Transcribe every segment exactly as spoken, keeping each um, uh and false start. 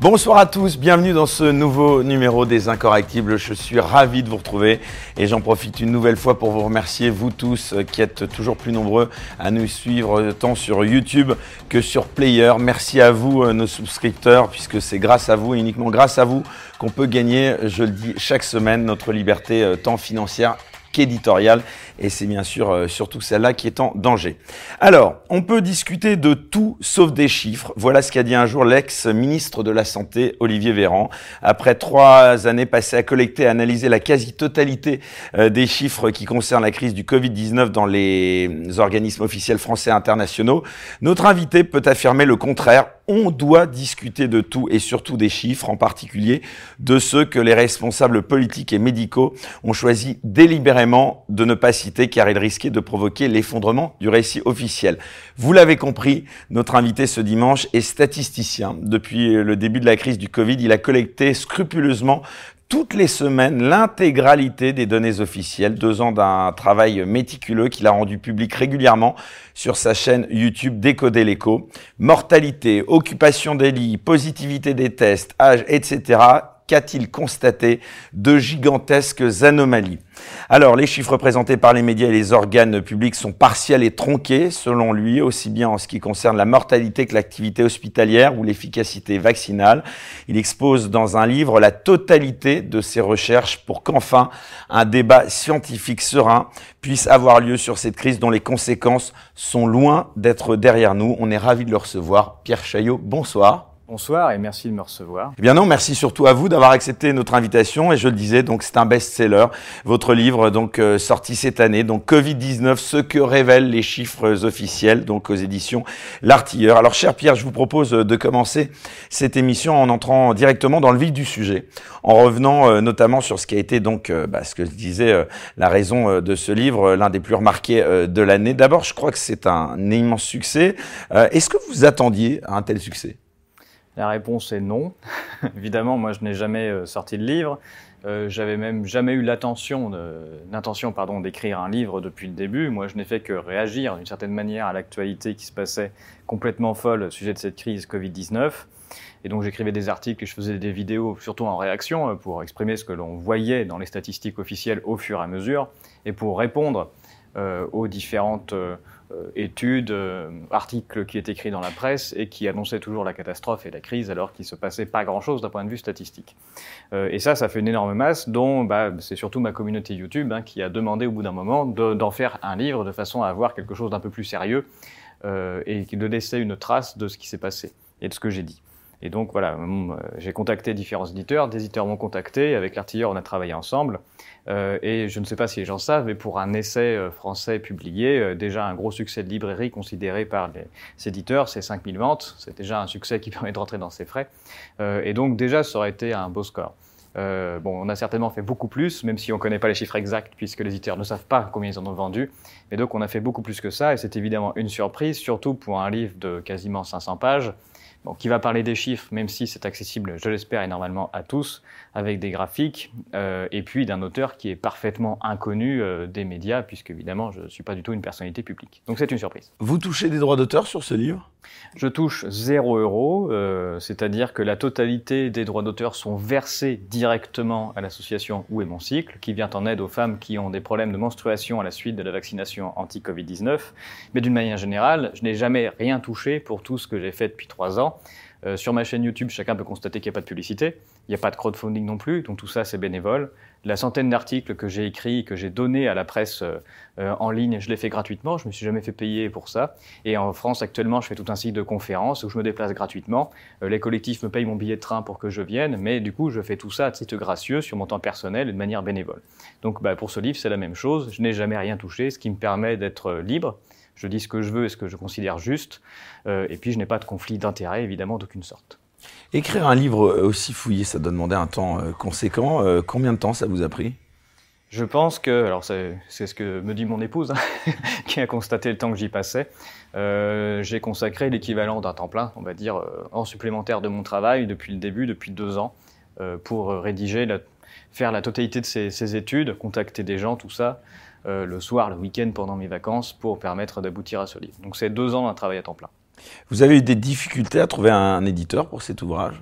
Bonsoir à tous, bienvenue dans ce nouveau numéro des Incorrectibles. Je suis ravi de vous retrouver et j'en profite une nouvelle fois pour vous remercier, vous tous qui êtes toujours plus nombreux à nous suivre tant sur YouTube que sur Player. Merci à vous, nos souscripteurs, puisque c'est grâce à vous et uniquement grâce à vous qu'on peut gagner, je le dis chaque semaine, notre liberté tant financière qu'éditoriale, et c'est bien sûr euh, surtout celle-là qui est en danger. Alors, on peut discuter de tout sauf des chiffres. Voilà ce qu'a dit un jour l'ex-ministre de la Santé, Olivier Véran. Après trois années passées à collecter et à analyser la quasi-totalité euh, des chiffres qui concernent la crise du covid dix-neuf dans les organismes officiels français et internationaux, notre invité peut affirmer le contraire. On doit discuter de tout et surtout des chiffres, en particulier de ceux que les responsables politiques et médicaux ont choisi délibérément de ne pas citer car ils risquaient de provoquer l'effondrement du récit officiel. Vous l'avez compris, notre invité ce dimanche est statisticien. Depuis le début de la crise du Covid, il a collecté scrupuleusement toutes les semaines l'intégralité des données officielles, deux ans d'un travail méticuleux qu'il a rendu public régulièrement sur sa chaîne YouTube Décoder l'écho. Mortalité, occupation des lits, positivité des tests, âge, et cetera. Qu'a-t-il constaté de gigantesques anomalies? Alors, les chiffres présentés par les médias et les organes publics sont partiels et tronqués, selon lui, aussi bien en ce qui concerne la mortalité que l'activité hospitalière ou l'efficacité vaccinale. Il expose dans un livre la totalité de ses recherches pour qu'enfin un débat scientifique serein puisse avoir lieu sur cette crise dont les conséquences sont loin d'être derrière nous. On est ravis de le recevoir. Pierre Chaillot, bonsoir. Bonsoir et merci de me recevoir. Eh bien non, merci surtout à vous d'avoir accepté notre invitation. Et je le disais, donc c'est un best-seller. Votre livre, donc euh, sorti cette année, donc covid dix-neuf, ce que révèlent les chiffres officiels, donc aux éditions L'Artilleur. Alors, cher Pierre, je vous propose de commencer cette émission en entrant directement dans le vif du sujet, en revenant euh, notamment sur ce qui a été donc, euh, bah, ce que je disais, euh, la raison euh, de ce livre, euh, l'un des plus remarqués euh, de l'année. D'abord, je crois que c'est un immense succès. Euh, est-ce que vous attendiez à un tel succès ? La réponse est non. Évidemment, moi, je n'ai jamais euh, sorti de livre. Euh, j'avais même jamais eu l'attention, de, l'intention, pardon, d'écrire un livre depuis le début. Moi, je n'ai fait que réagir d'une certaine manière à l'actualité qui se passait complètement folle au sujet de cette crise covid dix-neuf. Et donc, j'écrivais des articles et je faisais des vidéos, surtout en réaction, pour exprimer ce que l'on voyait dans les statistiques officielles au fur et à mesure, et pour répondre euh, aux différentes euh, Euh, études, euh, articles qui étaient écrits dans la presse et qui annonçaient toujours la catastrophe et la crise alors qu'il ne se passait pas grand-chose d'un point de vue statistique. Euh, et ça, ça fait une énorme masse dont bah, c'est surtout ma communauté YouTube hein, qui a demandé au bout d'un moment de, d'en faire un livre de façon à avoir quelque chose d'un peu plus sérieux euh, et de laisser une trace de ce qui s'est passé et de ce que j'ai dit. Et donc voilà, euh, j'ai contacté différents éditeurs, des éditeurs m'ont contacté, avec l'Artilleur on a travaillé ensemble, euh, et je ne sais pas si les gens savent, mais pour un essai euh, français publié, euh, déjà un gros succès de librairie considéré par les éditeurs, c'est cinq mille ventes, c'est déjà un succès qui permet de rentrer dans ses frais, euh, et donc déjà ça aurait été un beau score. Euh, bon, on a certainement fait beaucoup plus, même si on ne connaît pas les chiffres exacts, puisque les éditeurs ne savent pas combien ils en ont vendu, mais donc on a fait beaucoup plus que ça, et c'est évidemment une surprise, surtout pour un livre de quasiment cinq cents pages, Bon, qui va parler des chiffres, même si c'est accessible, je l'espère, et normalement à tous, avec des graphiques, euh, et puis d'un auteur qui est parfaitement inconnu euh, des médias, puisque évidemment, je ne suis pas du tout une personnalité publique. Donc c'est une surprise. Vous touchez des droits d'auteur sur ce livre ? Je touche zéro euro, euh, c'est-à-dire que la totalité des droits d'auteur sont versés directement à l'association Où est mon cycle, qui vient en aide aux femmes qui ont des problèmes de menstruation à la suite de la vaccination anti-covid dix-neuf. Mais d'une manière générale, je n'ai jamais rien touché pour tout ce que j'ai fait depuis trois ans. Euh, sur ma chaîne YouTube, chacun peut constater qu'il n'y a pas de publicité, il n'y a pas de crowdfunding non plus, donc tout ça c'est bénévole. La centaine d'articles que j'ai écrits, que j'ai donnés à la presse euh, en ligne, je l'ai fait gratuitement, je ne me suis jamais fait payer pour ça. Et en France actuellement, je fais tout un cycle de conférences où je me déplace gratuitement. Euh, les collectifs me payent mon billet de train pour que je vienne, mais du coup je fais tout ça à titre gracieux sur mon temps personnel et de manière bénévole. Donc bah, pour ce livre c'est la même chose, je n'ai jamais rien touché, ce qui me permet d'être libre. Je dis ce que je veux et ce que je considère juste. Euh, et puis, je n'ai pas de conflit d'intérêt, évidemment, d'aucune sorte. Écrire un livre aussi fouillé, ça doit demander un temps euh, conséquent. Euh, combien de temps ça vous a pris ? Je pense que, alors c'est, c'est ce que me dit mon épouse, hein, qui a constaté le temps que j'y passais. Euh, j'ai consacré l'équivalent d'un temps plein, on va dire, euh, en supplémentaire de mon travail depuis le début, depuis deux ans, euh, pour rédiger, la, faire la totalité de ces, ces études, contacter des gens, tout ça. Euh, le soir, le week-end, pendant mes vacances, pour permettre d'aboutir à ce livre. Donc c'est deux ans d'un travail à temps plein. Vous avez eu des difficultés à trouver un éditeur pour cet ouvrage ?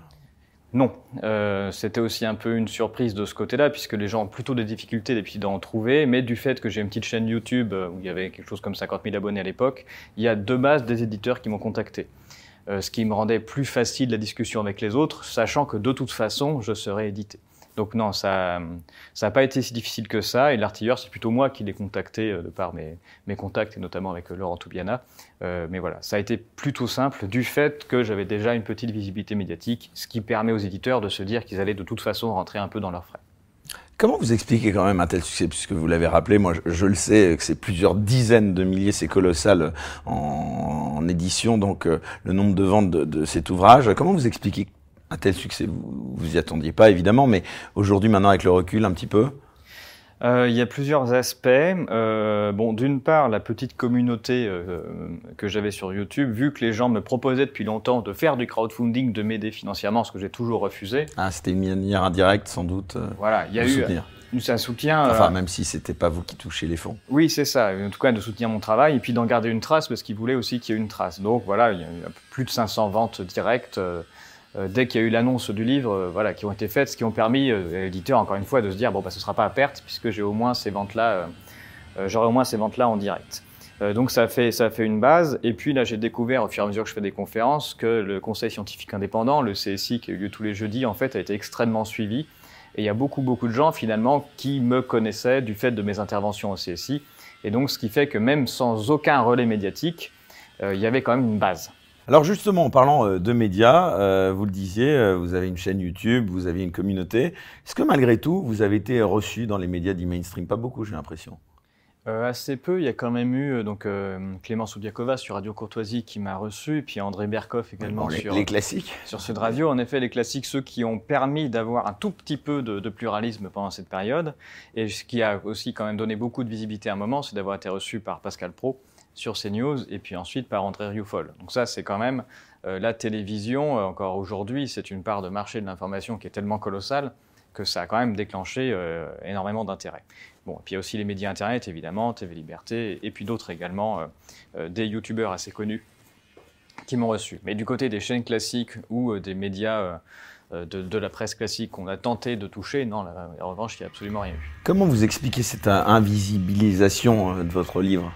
Non, euh, c'était aussi un peu une surprise de ce côté-là, puisque les gens ont plutôt des difficultés d'habitude d'en trouver, mais du fait que j'ai une petite chaîne YouTube où il y avait quelque chose comme cinquante mille abonnés à l'époque, il y a de base des éditeurs qui m'ont contacté. Euh, ce qui me rendait plus facile la discussion avec les autres, sachant que de toute façon, je serais édité. Donc non, ça n'a pas été si difficile que ça, et l'artilleur, c'est plutôt moi qui l'ai contacté euh, de par mes, mes contacts, et notamment avec euh, Laurent Toubiana. Euh, mais voilà, ça a été plutôt simple du fait que j'avais déjà une petite visibilité médiatique, ce qui permet aux éditeurs de se dire qu'ils allaient de toute façon rentrer un peu dans leurs frais. Comment vous expliquez quand même un tel succès, puisque vous l'avez rappelé, moi je, je le sais, que c'est plusieurs dizaines de milliers, c'est colossal en, en édition, donc euh, le nombre de ventes de, de cet ouvrage. Comment vous expliquez un tel succès? Vous vous y attendiez pas évidemment, mais aujourd'hui maintenant avec le recul un petit peu? Euh, il y a plusieurs aspects. Euh, bon, d'une part, la petite communauté euh, que j'avais sur YouTube, vu que les gens me proposaient depuis longtemps de faire du crowdfunding, de m'aider financièrement, ce que j'ai toujours refusé. Ah, c'était une manière indirecte sans doute. Euh, voilà, il y a eu soutenir. un soutien. Enfin, euh, même si c'était pas vous qui touchez les fonds. Oui, c'est ça. En tout cas, de soutenir mon travail et puis d'en garder une trace parce qu'ils voulaient aussi qu'il y ait une trace. Donc voilà, il y a eu plus de cinq cents ventes directes. Euh, Euh, dès qu'il y a eu l'annonce du livre, euh, voilà, qui ont été faites, ce qui ont permis euh, à l'éditeur, encore une fois, de se dire bon, bah, ce ne sera pas à perte puisque j'ai au moins ces ventes-là, euh, euh, j'aurai au moins ces ventes-là en direct. Euh, donc ça a fait, ça a fait une base. Et puis là, j'ai découvert au fur et à mesure que je fais des conférences que le Conseil scientifique indépendant, le C S I, qui a eu lieu tous les jeudis, en fait, a été extrêmement suivi. Et il y a beaucoup, beaucoup de gens finalement qui me connaissaient du fait de mes interventions au C S I. Et donc, ce qui fait que même sans aucun relais médiatique, euh, il y avait quand même une base. Alors justement, en parlant de médias, euh, vous le disiez, vous avez une chaîne YouTube, vous avez une communauté. Est-ce que malgré tout, vous avez été reçu dans les médias dits mainstream? Pas beaucoup, j'ai l'impression. Euh, assez peu. Il y a quand même eu donc, euh, Clémence Oubiakova sur Radio Courtoisie qui m'a reçu, et puis André Berkoff également bon, les, sur, les classiques. sur Sud Radio. En effet, les classiques, ceux qui ont permis d'avoir un tout petit peu de, de pluralisme pendant cette période. Et ce qui a aussi quand même donné beaucoup de visibilité à un moment, c'est d'avoir été reçu par Pascal Praud sur CNews, et puis ensuite par André Rioufol. Donc ça, c'est quand même euh, la télévision, euh, encore aujourd'hui, c'est une part de marché de l'information qui est tellement colossale que ça a quand même déclenché euh, énormément d'intérêt. Bon, et puis il y a aussi les médias Internet, évidemment, T V Liberté, et puis d'autres également, euh, euh, des youtubeurs assez connus qui m'ont reçu. Mais du côté des chaînes classiques ou euh, des médias euh, de, de la presse classique qu'on a tenté de toucher, non, là, en revanche, il n'y a absolument rien eu. Comment vous expliquez cette invisibilisation de votre livre?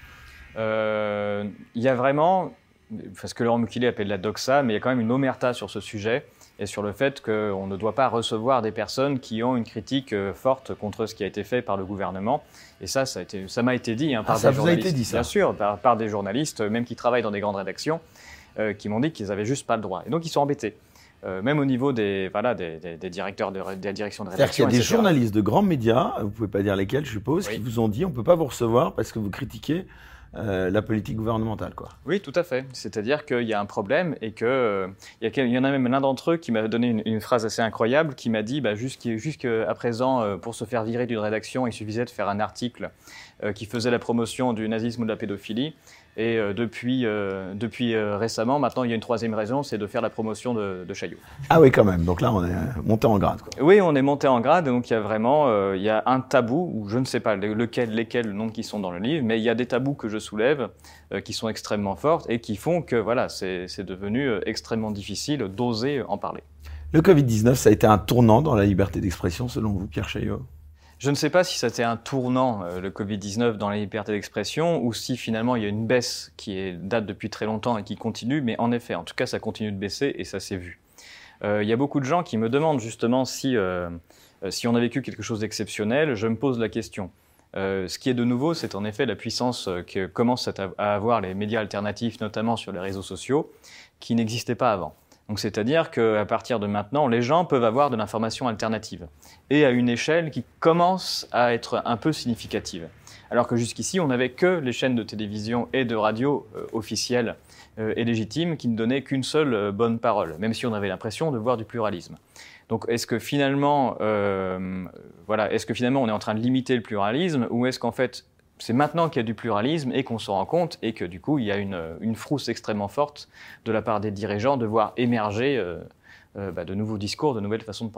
Euh, il y a vraiment, parce que Laurent Mukilé appelle la doxa, mais il y a quand même une omerta sur ce sujet et sur le fait qu'on ne doit pas recevoir des personnes qui ont une critique forte contre ce qui a été fait par le gouvernement. Et ça, ça, a été, ça m'a été dit hein, par ah, ça des vous journalistes. A été dit, ça. Bien sûr, par, par des journalistes, même qui travaillent dans des grandes rédactions, euh, qui m'ont dit qu'ils n'avaient juste pas le droit. Et donc, ils sont embêtés. Euh, même au niveau des, voilà, des, des, des directeurs de, de la direction de rédaction. C'est-à-dire qu'il y a des et cetera. journalistes de grands médias, vous ne pouvez pas dire lesquels, je suppose, oui. qui vous ont dit on ne peut pas vous recevoir parce que vous critiquez Euh, la politique gouvernementale, quoi. Oui, tout à fait. C'est-à-dire qu'il y a un problème et qu'il euh, y, y en a même l'un d'entre eux qui m'a donné une, une phrase assez incroyable qui m'a dit bah, jusqu'à présent, euh, pour se faire virer d'une rédaction, il suffisait de faire un article euh, qui faisait la promotion du nazisme ou de la pédophilie. Et euh, depuis, euh, depuis euh, récemment, maintenant, il y a une troisième raison, c'est de faire la promotion de, de Chaillot. Ah oui, quand même. Donc là, on est monté en grade, quoi. Oui, on est monté en grade. Et donc, il y a vraiment euh, il y a un tabou, ou je ne sais pas lequel, lesquels, le nombre qui sont dans le livre, mais il y a des tabous que je soulève euh, qui sont extrêmement forts et qui font que voilà, c'est devenu euh, extrêmement difficile d'oser en parler. Le Covid dix-neuf, ça a été un tournant dans la liberté d'expression, selon vous, Pierre Chaillot? Je ne sais pas si c'était un tournant, euh, le Covid dix-neuf, dans la liberté d'expression, ou si finalement il y a une baisse qui est, date depuis très longtemps et qui continue, mais en effet, en tout cas, ça continue de baisser et ça s'est vu. Euh, il y a beaucoup de gens qui me demandent justement si, euh, si on a vécu quelque chose d'exceptionnel. Je me pose la question. Euh, ce qui est de nouveau, c'est en effet la puissance que commencent à avoir les médias alternatifs, notamment sur les réseaux sociaux, qui n'existaient pas avant. Donc, c'est-à-dire qu'à partir de maintenant, les gens peuvent avoir de l'information alternative et à une échelle qui commence à être un peu significative. Alors que jusqu'ici, on n'avait que les chaînes de télévision et de radio euh, officielles euh, et légitimes qui ne donnaient qu'une seule euh, bonne parole, même si on avait l'impression de voir du pluralisme. Donc, est-ce que finalement, euh, voilà, est-ce que finalement, on est en train de limiter le pluralisme ou est-ce qu'en fait, c'est maintenant qu'il y a du pluralisme et qu'on s'en rend compte et que du coup, il y a une, une frousse extrêmement forte de la part des dirigeants de voir émerger euh, euh, bah, de nouveaux discours, de nouvelles façons de penser.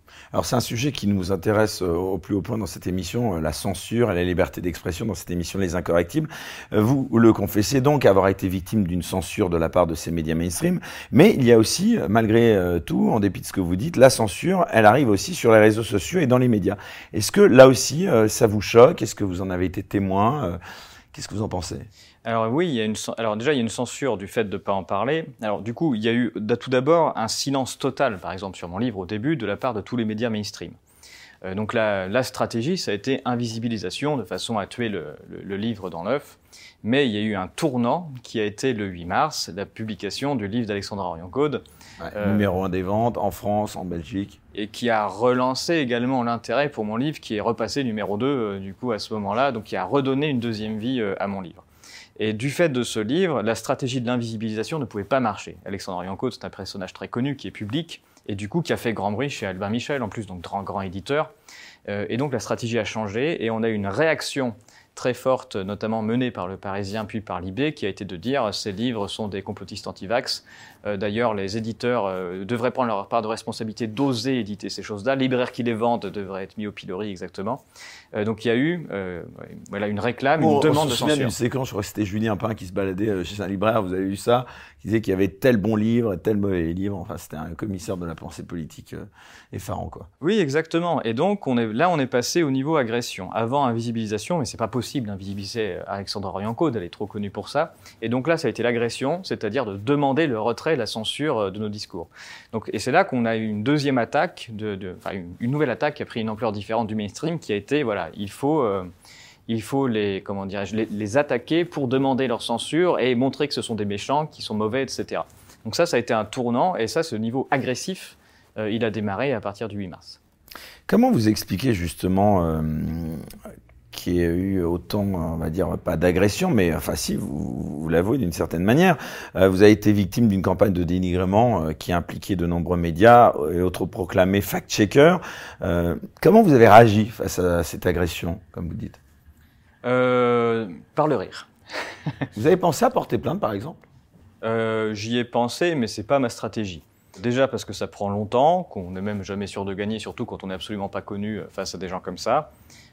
Alors c'est un sujet qui nous intéresse au plus haut point dans cette émission, la censure et la liberté d'expression dans cette émission Les Incorrectibles. Vous le confessez donc avoir été victime d'une censure de la part de ces médias mainstream, mais il y a aussi, malgré tout, en dépit de ce que vous dites, la censure, elle arrive aussi sur les réseaux sociaux et dans les médias. Est-ce que là aussi, ça vous choque? Est-ce que vous en avez été témoin? Qu'est-ce que vous en pensez? Alors oui, il y a une, alors déjà il y a une censure du fait de ne pas en parler. Alors du coup, il y a eu tout d'abord un silence total, par exemple sur mon livre au début, de la part de tous les médias mainstream. Euh, donc la, la stratégie, ça a été invisibilisation, de façon à tuer le, le, le livre dans l'œuf. Mais il y a eu un tournant qui a été le huit mars, la publication du livre d'Alexandra Orion-Caude. Ouais, euh, numéro un des ventes en France, en Belgique. Et qui a relancé également l'intérêt pour mon livre, qui est repassé numéro deux euh, du coup à ce moment-là, donc qui a redonné une deuxième vie euh, à mon livre. Et du fait de ce livre, la stratégie de l'invisibilisation ne pouvait pas marcher. Alexandra Orion-Caude, c'est un personnage très connu qui est public et du coup qui a fait grand bruit chez Albin Michel, en plus, donc grand, grand éditeur. Euh, et donc la stratégie a changé et on a eu une réaction très forte, notamment menée par Le Parisien puis par Libé, qui a été de dire ces livres sont des complotistes anti-vax. Euh, D'ailleurs, les éditeurs euh, devraient prendre leur part de responsabilité d'oser éditer ces choses-là. Les libraires qui les vendent devraient être mis au pilori, exactement. Euh, donc il y a eu euh, voilà, une réclame, bon, une demande de censure. On se souvient d'une séquence, je crois que c'était Julien Pain qui se baladait chez un libraire, vous avez vu ça, qui disait qu'il y avait tel bon livre et tel mauvais livre. Enfin, c'était un commissaire de la pensée politique euh, effarant, quoi. Oui, exactement. Et donc on est, là, on est passé au niveau agression. Avant invisibilisation, mais c'est pas possible d'invisibiliser Alexandra Orion-Caude, elle est trop connue pour ça. Et donc là, ça a été l'agression, c'est-à-dire de demander le retrait, la censure de nos discours. Donc, et c'est là qu'on a eu une deuxième attaque, de, de, enfin une, une nouvelle attaque qui a pris une ampleur différente du mainstream, qui a été, voilà, il faut, euh, il faut les, comment dirais-je, les, les attaquer pour demander leur censure et montrer que ce sont des méchants, qui sont mauvais, et cetera. Donc ça, ça a été un tournant, et ça, ce niveau agressif, euh, il a démarré à partir du huit mars. Comment vous expliquez justement euh, qu'il y a eu autant, on va dire, pas d'agression, mais enfin si, vous, vous l'avouez d'une certaine manière, euh, vous avez été victime d'une campagne de dénigrement euh, qui a impliqué de nombreux médias et autoproclamés fact-checkers. Euh, comment vous avez réagi face à cette agression, comme vous dites? euh, Par le rire. Vous avez pensé à porter plainte, par exemple? euh, J'y ai pensé, mais c'est pas ma stratégie. Déjà parce que ça prend longtemps, qu'on n'est même jamais sûr de gagner, surtout quand on n'est absolument pas connu face à des gens comme ça.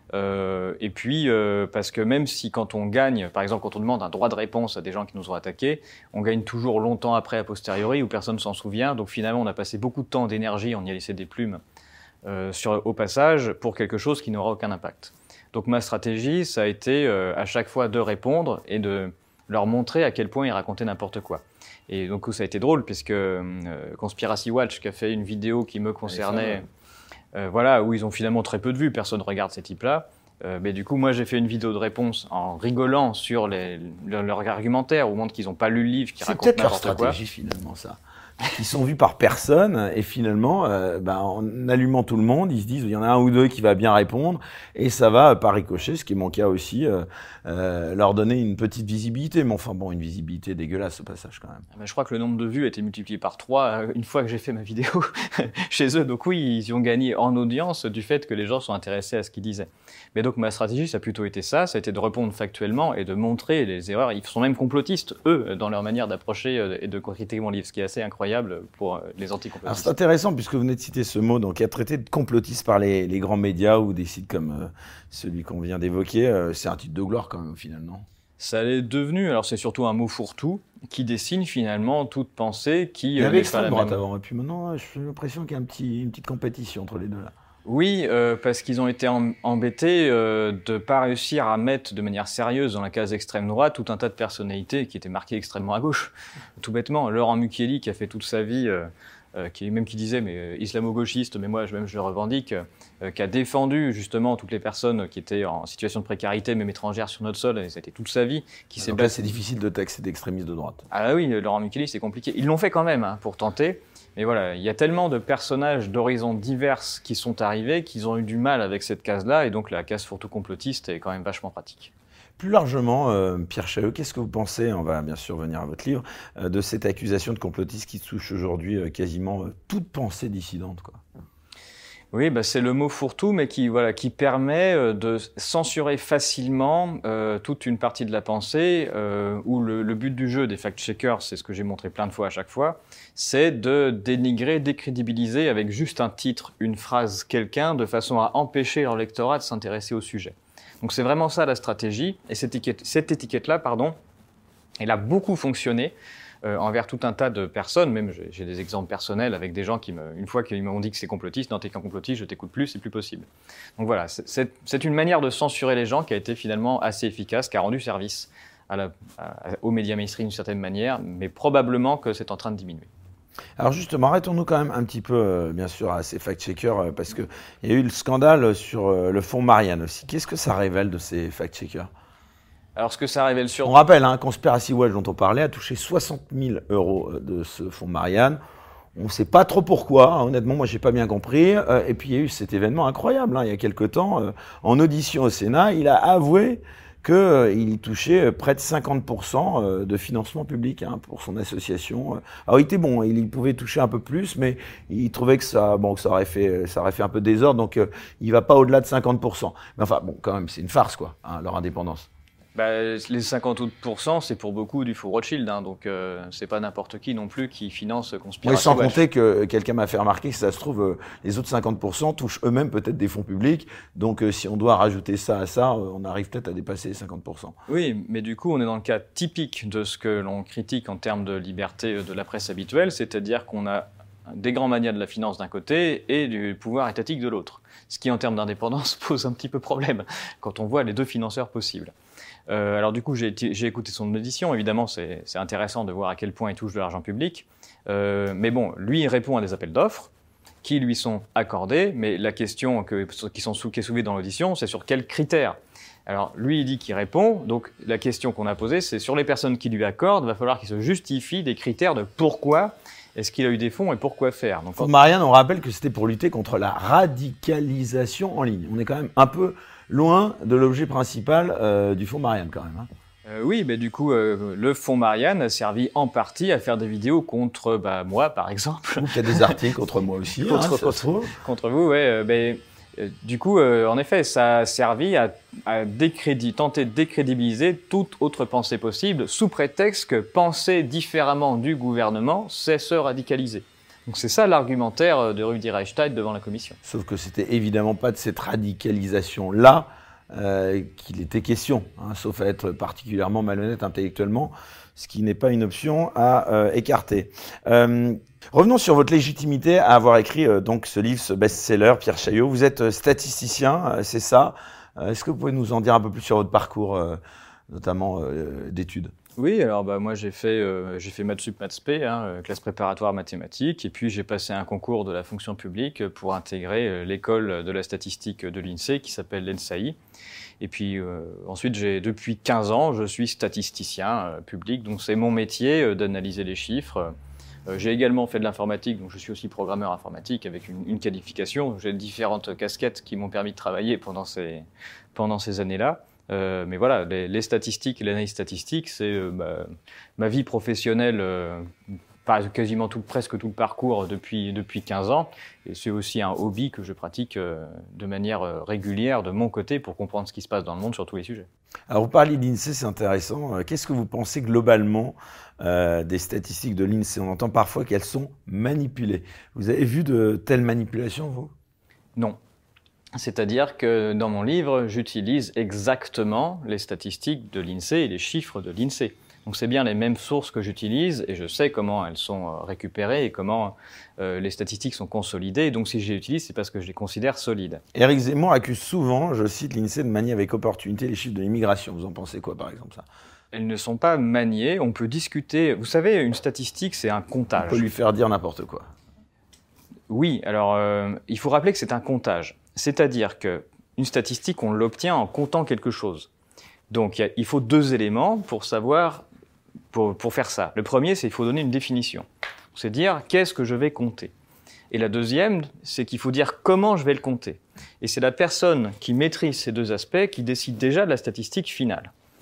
Euh, et puis euh, parce que même si quand on gagne, par exemple quand on demande un droit de réponse à des gens qui nous ont attaqués, on gagne toujours longtemps après a posteriori où personne ne s'en souvient. Donc finalement on a passé beaucoup de temps, d'énergie, on y a laissé des plumes euh, sur, au passage pour quelque chose qui n'aura aucun impact. Donc ma stratégie, ça a été euh, à chaque fois de répondre et de leur montrer à quel point ils racontaient n'importe quoi. Et donc ça a été drôle puisque euh, Conspiracy Watch qui a fait une vidéo qui me concernait, euh, voilà, où ils ont finalement très peu de vues, personne ne regarde ces types-là. Euh, mais du coup, moi j'ai fait une vidéo de réponse en rigolant sur les, leur, leur argumentaire, où montre qu'ils n'ont pas lu le livre, qu'ils racontent n'importe quoi. C'est peut-être leur stratégie finalement ça. Qui sont vus par personne et finalement, euh, ben, en allumant tout le monde, ils se disent il y en a un ou deux qui va bien répondre et ça va par ricochet, ce qui est mon cas aussi, euh, euh, leur donner une petite visibilité. Mais enfin bon, une visibilité dégueulasse au passage quand même. Ben, je crois que le nombre de vues a été multiplié par trois une fois que j'ai fait ma vidéo chez eux. Donc oui, ils ont gagné en audience du fait que les gens sont intéressés à ce qu'ils disaient. Mais donc ma stratégie, ça a plutôt été ça, ça a été de répondre factuellement et de montrer les erreurs. Ils sont même complotistes, eux, dans leur manière d'approcher et de critiquer mon livre, ce qui est assez incroyable pour les anticomplotistes. C'est intéressant puisque vous venez de citer ce mot, donc à traiter de complotiste par les, les grands médias ou des sites comme euh, celui qu'on vient d'évoquer, euh, c'est un titre de gloire quand même finalement. Ça l'est devenu, alors c'est surtout un mot fourre-tout qui dessine finalement toute pensée qui... Il y avait l'extrême droite avant, et puis maintenant j'ai l'impression qu'il y a un petit, une petite compétition entre les deux là. Oui, euh, parce qu'ils ont été embêtés euh, de ne pas réussir à mettre de manière sérieuse dans la case extrême droite tout un tas de personnalités qui étaient marquées extrêmement à gauche. Tout bêtement, Laurent Mukieli qui a fait toute sa vie, euh, euh, qui même qui disait mais euh, islamo-gauchiste, mais moi même je le revendique, euh, qui a défendu justement toutes les personnes qui étaient en situation de précarité même étrangères sur notre sol, et ça a été toute sa vie. Qui s'est là c'est difficile de taxer d'extrémistes de droite. Ah oui, Laurent Mukieli c'est compliqué. Ils l'ont fait quand même hein, pour tenter. Mais voilà, il y a tellement de personnages d'horizons divers qui sont arrivés qu'ils ont eu du mal avec cette case-là, et donc la case fourre-tout complotiste est quand même vachement pratique. Plus largement, euh, Pierre Chaheux, qu'est-ce que vous pensez, on va bien sûr venir à votre livre, euh, de cette accusation de complotiste qui touche aujourd'hui euh, quasiment euh, toute pensée dissidente, quoi? Oui, bah c'est le mot fourre-tout, mais qui, voilà, qui permet de censurer facilement euh, toute une partie de la pensée, euh, où le, le but du jeu des fact-checkers, c'est ce que j'ai montré plein de fois à chaque fois, c'est de dénigrer, décrédibiliser avec juste un titre, une phrase, quelqu'un, de façon à empêcher leur lectorat de s'intéresser au sujet. Donc c'est vraiment ça la stratégie, et cette étiquette, cette étiquette-là, pardon, elle a beaucoup fonctionné Euh, envers tout un tas de personnes, même j'ai, j'ai des exemples personnels avec des gens qui, me, une fois qu'ils m'ont dit que c'est complotiste, non, t'es qu'un complotiste, je t'écoute plus, c'est plus possible. Donc voilà, c'est, c'est, c'est une manière de censurer les gens qui a été finalement assez efficace, qui a rendu service à la, à, aux médias mainstream d'une certaine manière, mais probablement que c'est en train de diminuer. Alors justement, arrêtons-nous quand même un petit peu, euh, bien sûr, à ces fact-checkers, euh, parce qu'il y a eu le scandale sur euh, le fonds Marianne aussi. Qu'est-ce que ça révèle de ces fact-checkers ? Alors, ce que ça révèle sur... On rappelle, hein, Conspiracy Watch dont on parlait a touché soixante mille euros de ce fonds Marianne. On ne sait pas trop pourquoi, hein, honnêtement, moi j'ai pas bien compris. Euh, et puis il y a eu cet événement incroyable, hein, il y a quelque temps, euh, en audition au Sénat, il a avoué qu'il euh, touchait près de cinquante pour cent de financement public hein, pour son association. Alors il était bon, il pouvait toucher un peu plus, mais il trouvait que ça, bon, que ça aurait fait, ça aurait fait un peu désordre, donc euh, il va pas au-delà de cinquante pour cent. Mais enfin, bon, quand même, c'est une farce, quoi, hein, leur indépendance. Bah, les cinquante pour cent, c'est pour beaucoup du faux Rothschild, hein, donc euh, c'est pas n'importe qui non plus qui finance Conspiracy Oui, sans Watch. compter que quelqu'un m'a fait remarquer que ça se trouve, euh, les autres cinquante pour cent touchent eux-mêmes peut-être des fonds publics, donc euh, si on doit rajouter ça à ça, euh, on arrive peut-être à dépasser les cinquante pour cent. Oui, mais du coup, on est dans le cas typique de ce que l'on critique en termes de liberté de la presse habituelle, c'est-à-dire qu'on a des grands manias de la finance d'un côté et du pouvoir étatique de l'autre, ce qui en termes d'indépendance pose un petit peu problème quand on voit les deux financeurs possibles. Euh, alors du coup, j'ai, j'ai écouté son audition. Évidemment, c'est, c'est intéressant de voir à quel point il touche de l'argent public. Euh, mais bon, lui, il répond à des appels d'offres qui lui sont accordés. Mais la question que, qui, sont, qui est soulevée dans l'audition, c'est sur quels critères. Alors lui, il dit qu'il répond. Donc la question qu'on a posée, c'est sur les personnes qui lui accordent, il va falloir qu'il se justifie des critères de pourquoi est-ce qu'il a eu des fonds et pourquoi faire. Donc, pour Marianne, on rappelle que c'était pour lutter contre la radicalisation en ligne. On est quand même un peu loin de l'objet principal euh, du fonds Marianne quand même. Hein. Euh, oui, mais du coup, euh, le fonds Marianne a servi en partie à faire des vidéos contre bah, moi, par exemple. Il y a des articles contre moi aussi. contre, hein, contre, contre vous, oui. Euh, ben, euh, du coup, euh, en effet, ça a servi à, à décrédit, tenter de décrédibiliser toute autre pensée possible, sous prétexte que penser différemment du gouvernement, c'est se radicaliser. Donc c'est ça l'argumentaire de Rudi Reichstad devant la commission. Sauf que c'était évidemment pas de cette radicalisation-là euh, qu'il était question, hein, sauf à être particulièrement malhonnête intellectuellement, ce qui n'est pas une option à euh, écarter. Euh, revenons sur votre légitimité à avoir écrit euh, donc ce livre, ce best-seller, Pierre Chaillot. Vous êtes statisticien, euh, c'est ça. Euh, est-ce que vous pouvez nous en dire un peu plus sur votre parcours, euh, notamment euh, d'études ? Oui, alors bah, moi j'ai fait, euh, j'ai fait maths sup, maths spé, hein, classe préparatoire mathématiques, et puis j'ai passé un concours de la fonction publique pour intégrer euh, l'école de la statistique de l'INSEE qui s'appelle l'E N S A I. Et puis euh, ensuite, j'ai, depuis quinze ans, je suis statisticien euh, public, donc c'est mon métier euh, d'analyser les chiffres. Euh, j'ai également fait de l'informatique, donc je suis aussi programmeur informatique avec une, une qualification. J'ai différentes casquettes qui m'ont permis de travailler pendant ces, pendant ces années-là. Euh, mais voilà, les, les statistiques et l'analyse statistique, c'est euh, ma, ma vie professionnelle, euh, quasiment tout, presque tout le parcours depuis, depuis quinze ans. Et c'est aussi un hobby que je pratique euh, de manière euh, régulière de mon côté pour comprendre ce qui se passe dans le monde sur tous les sujets. Alors vous parlez de l'INSEE, c'est intéressant. Qu'est-ce que vous pensez globalement euh, des statistiques de l'INSEE ? On entend parfois qu'elles sont manipulées. Vous avez vu de telles manipulations, vous ? Non. C'est-à-dire que dans mon livre, j'utilise exactement les statistiques de l'INSEE et les chiffres de l'INSEE. Donc c'est bien les mêmes sources que j'utilise et je sais comment elles sont récupérées et comment euh, les statistiques sont consolidées. Donc si je les utilise, c'est parce que je les considère solides. Éric Zemmour accuse souvent, je cite, l'INSEE de manier avec opportunité les chiffres de l'immigration. Vous en pensez quoi, par exemple, ça ? Elles ne sont pas maniées, on peut discuter. Vous savez, une statistique, c'est un comptage. On peut lui faire dire n'importe quoi. Oui, alors euh, il faut rappeler que c'est un comptage. C'est-à-dire qu'une statistique, on l'obtient en comptant quelque chose. Donc y a, il faut deux éléments pour savoir, pour, pour faire ça. Le premier, c'est qu'il faut donner une définition. C'est dire qu'est-ce que je vais compter. Et la deuxième, c'est qu'il faut dire comment je vais le compter. Et c'est la personne qui maîtrise ces deux aspects qui décide déjà de la statistique finale.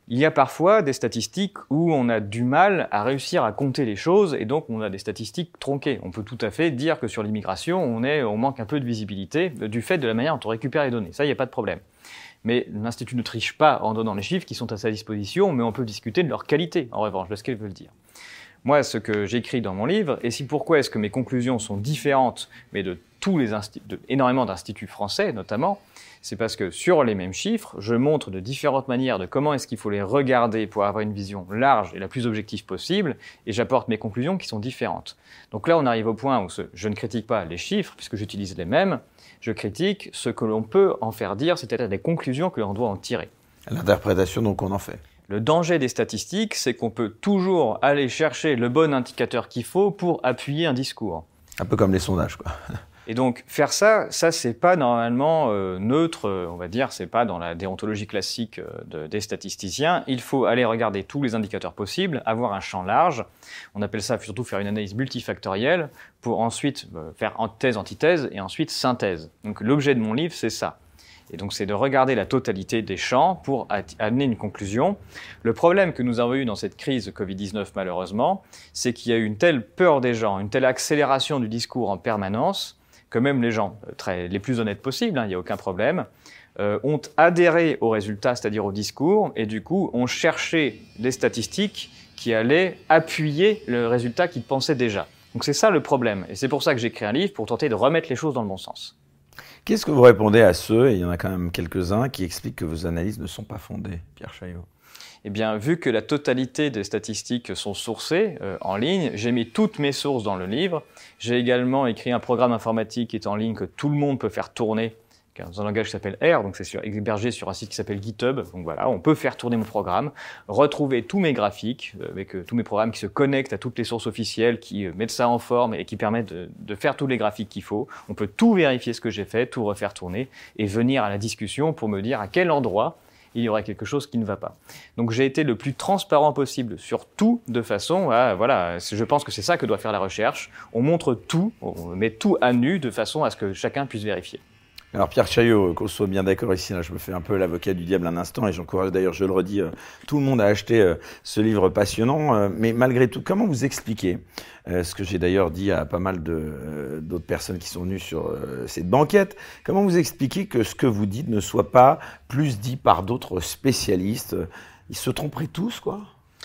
Il y a parfois des statistiques où on a du mal à réussir à compter les choses et donc on a des statistiques tronquées. On peut tout à fait dire que sur l'immigration, on, est, on manque un peu de visibilité du fait de la manière dont on récupère les données. Ça, il n'y a pas de problème. Mais l'Institut ne triche pas en donnant les chiffres qui sont à sa disposition, mais on peut discuter de leur qualité, en revanche, de ce qu'elles veulent dire. Moi, ce que j'écris dans mon livre, et si pourquoi est-ce que mes conclusions sont différentes, mais de tous les de énormément d'instituts français notamment, c'est parce que sur les mêmes chiffres, je montre de différentes manières de comment est-ce qu'il faut les regarder pour avoir une vision large et la plus objective possible, et j'apporte mes conclusions qui sont différentes. Donc là, on arrive au point où ce, je ne critique pas les chiffres, puisque j'utilise les mêmes, je critique ce que l'on peut en faire dire, c'est-à-dire des conclusions que l'on doit en tirer. L'interprétation, donc, on en fait. Le danger des statistiques, c'est qu'on peut toujours aller chercher le bon indicateur qu'il faut pour appuyer un discours. Un peu comme les sondages, quoi. Et donc, faire ça, ça, c'est pas normalement euh, neutre, on va dire, c'est pas dans la déontologie classique euh, de, des statisticiens. Il faut aller regarder tous les indicateurs possibles, avoir un champ large. On appelle ça surtout faire une analyse multifactorielle pour ensuite euh, faire thèse, antithèse et ensuite synthèse. Donc, l'objet de mon livre, c'est ça. Et donc, c'est de regarder la totalité des champs pour amener une conclusion. Le problème que nous avons eu dans cette crise covid dix-neuf, malheureusement, c'est qu'il y a eu une telle peur des gens, une telle accélération du discours en permanence, que même les gens très, les plus honnêtes possibles, il n'y a aucun problème, euh, ont adhéré aux résultats, c'est-à-dire au discours, et du coup ont cherché les statistiques qui allaient appuyer le résultat qu'ils pensaient déjà. Donc c'est ça le problème, et c'est pour ça que j'écris un livre, pour tenter de remettre les choses dans le bon sens. Qu'est-ce que vous répondez à ceux, et il y en a quand même quelques-uns, qui expliquent que vos analyses ne sont pas fondées, Pierre Chaillot? Eh bien, vu que la totalité des statistiques sont sourcées euh, en ligne, j'ai mis toutes mes sources dans le livre. J'ai également écrit un programme informatique qui est en ligne que tout le monde peut faire tourner, dans un langage qui s'appelle R, donc c'est hébergé sur un site qui s'appelle GitHub. Donc voilà, on peut faire tourner mon programme, retrouver tous mes graphiques, euh, avec euh, tous mes programmes qui se connectent à toutes les sources officielles, qui euh, mettent ça en forme et qui permettent de, de faire tous les graphiques qu'il faut. On peut tout vérifier ce que j'ai fait, tout refaire tourner et venir à la discussion pour me dire à quel endroit il y aurait quelque chose qui ne va pas. Donc j'ai été le plus transparent possible sur tout, de façon à, voilà, je pense que c'est ça que doit faire la recherche. On montre tout, on met tout à nu, de façon à ce que chacun puisse vérifier. Alors Pierre Chaillot, qu'on soit bien d'accord ici, là, je me fais un peu l'avocat du diable un instant, et j'encourage d'ailleurs, je le redis, euh, tout le monde à acheter euh, ce livre passionnant. Euh, mais malgré tout, comment vous expliquez, euh, ce que j'ai d'ailleurs dit à pas mal de, euh, d'autres personnes qui sont venues sur euh, cette banquette, comment vous expliquez que ce que vous dites ne soit pas plus dit par d'autres spécialistes? Ils se tromperaient tous, quoi?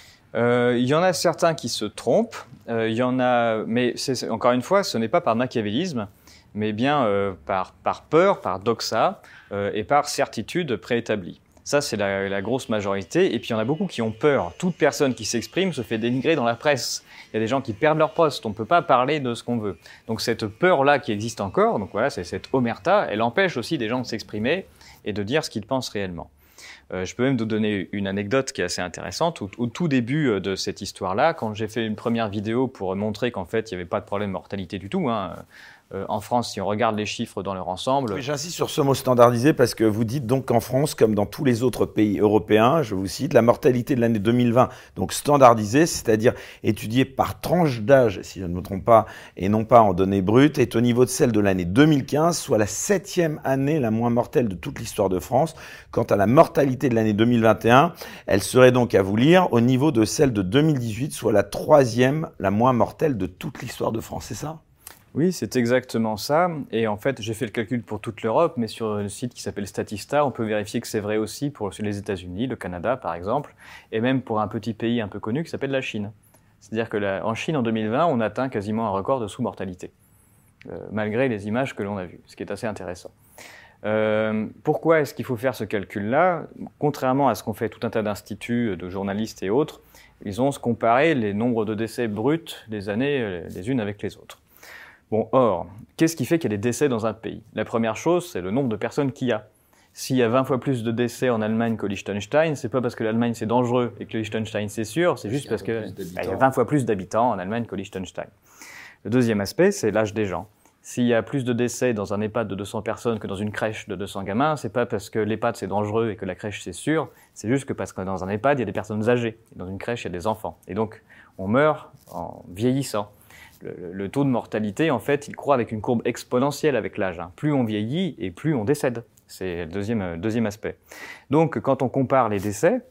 Euh, il y en a certains qui se trompent, euh, il y en a, mais c'est, encore une fois, ce n'est pas par machiavélisme, mais bien euh, par, par peur, par doxa euh, et par certitude préétablie. Ça, c'est la, la grosse majorité. Et puis, il y en a beaucoup qui ont peur. Toute personne qui s'exprime se fait dénigrer dans la presse. Il y a des gens qui perdent leur poste. On ne peut pas parler de ce qu'on veut. Donc, cette peur-là qui existe encore, donc voilà, c'est cette omerta, elle empêche aussi des gens de s'exprimer et de dire ce qu'ils pensent réellement. Euh, je peux même vous donner une anecdote qui est assez intéressante. Au, au tout début de cette histoire-là, quand j'ai fait une première vidéo pour montrer qu'en fait, il n'y avait pas de problème de mortalité du tout, hein, Euh, en France, si on regarde les chiffres dans leur ensemble... Oui, j'insiste sur ce mot standardisé parce que vous dites donc qu'en France, comme dans tous les autres pays européens, je vous cite, la mortalité de l'année deux mille vingt, donc standardisée, c'est-à-dire étudiée par tranche d'âge, si je ne me trompe pas, et non pas en données brutes, est au niveau de celle de l'année deux mille quinze, soit la septième année la moins mortelle de toute l'histoire de France. Quant à la mortalité de l'année deux mille vingt et un, elle serait donc, à vous lire, au niveau de celle de deux mille dix-huit, soit la troisième la moins mortelle de toute l'histoire de France, c'est ça ? Oui, c'est exactement ça. Et en fait, j'ai fait le calcul pour toute l'Europe, mais sur le site qui s'appelle Statista, on peut vérifier que c'est vrai aussi pour les États-Unis, le Canada par exemple, et même pour un petit pays un peu connu qui s'appelle la Chine. C'est-à-dire que la, en Chine, en deux mille vingt, on atteint quasiment un record de sous-mortalité, euh, malgré les images que l'on a vues, ce qui est assez intéressant. Euh, pourquoi est-ce qu'il faut faire ce calcul-là? Contrairement à ce qu'ont fait tout un tas d'instituts, de journalistes et autres, ils ont comparé les nombres de décès bruts des années les unes avec les autres. Bon, or, qu'est-ce qui fait qu'il y a des décès dans un pays? La première chose, c'est le nombre de personnes qu'il y a. S'il y a vingt fois plus de décès en Allemagne qu'au Liechtenstein, c'est pas parce que l'Allemagne c'est dangereux et que le Liechtenstein c'est sûr, c'est juste parce qu'il bah, y a vingt fois plus d'habitants en Allemagne qu'au Liechtenstein. Le deuxième aspect, c'est l'âge des gens. S'il y a plus de décès dans un EHPAD de deux cents personnes que dans une crèche de deux cents gamins, c'est pas parce que l'EHPAD c'est dangereux et que la crèche c'est sûr, c'est juste que parce que dans un EHPAD il y a des personnes âgées, et dans une crèche il y a des enfants. Et donc, on meurt en vieillissant. Le, le taux de mortalité, en fait, il croît avec une courbe exponentielle avec l'âge. Hein. Plus on vieillit et plus on décède. C'est le deuxième, deuxième aspect. Donc, quand on compare les décès,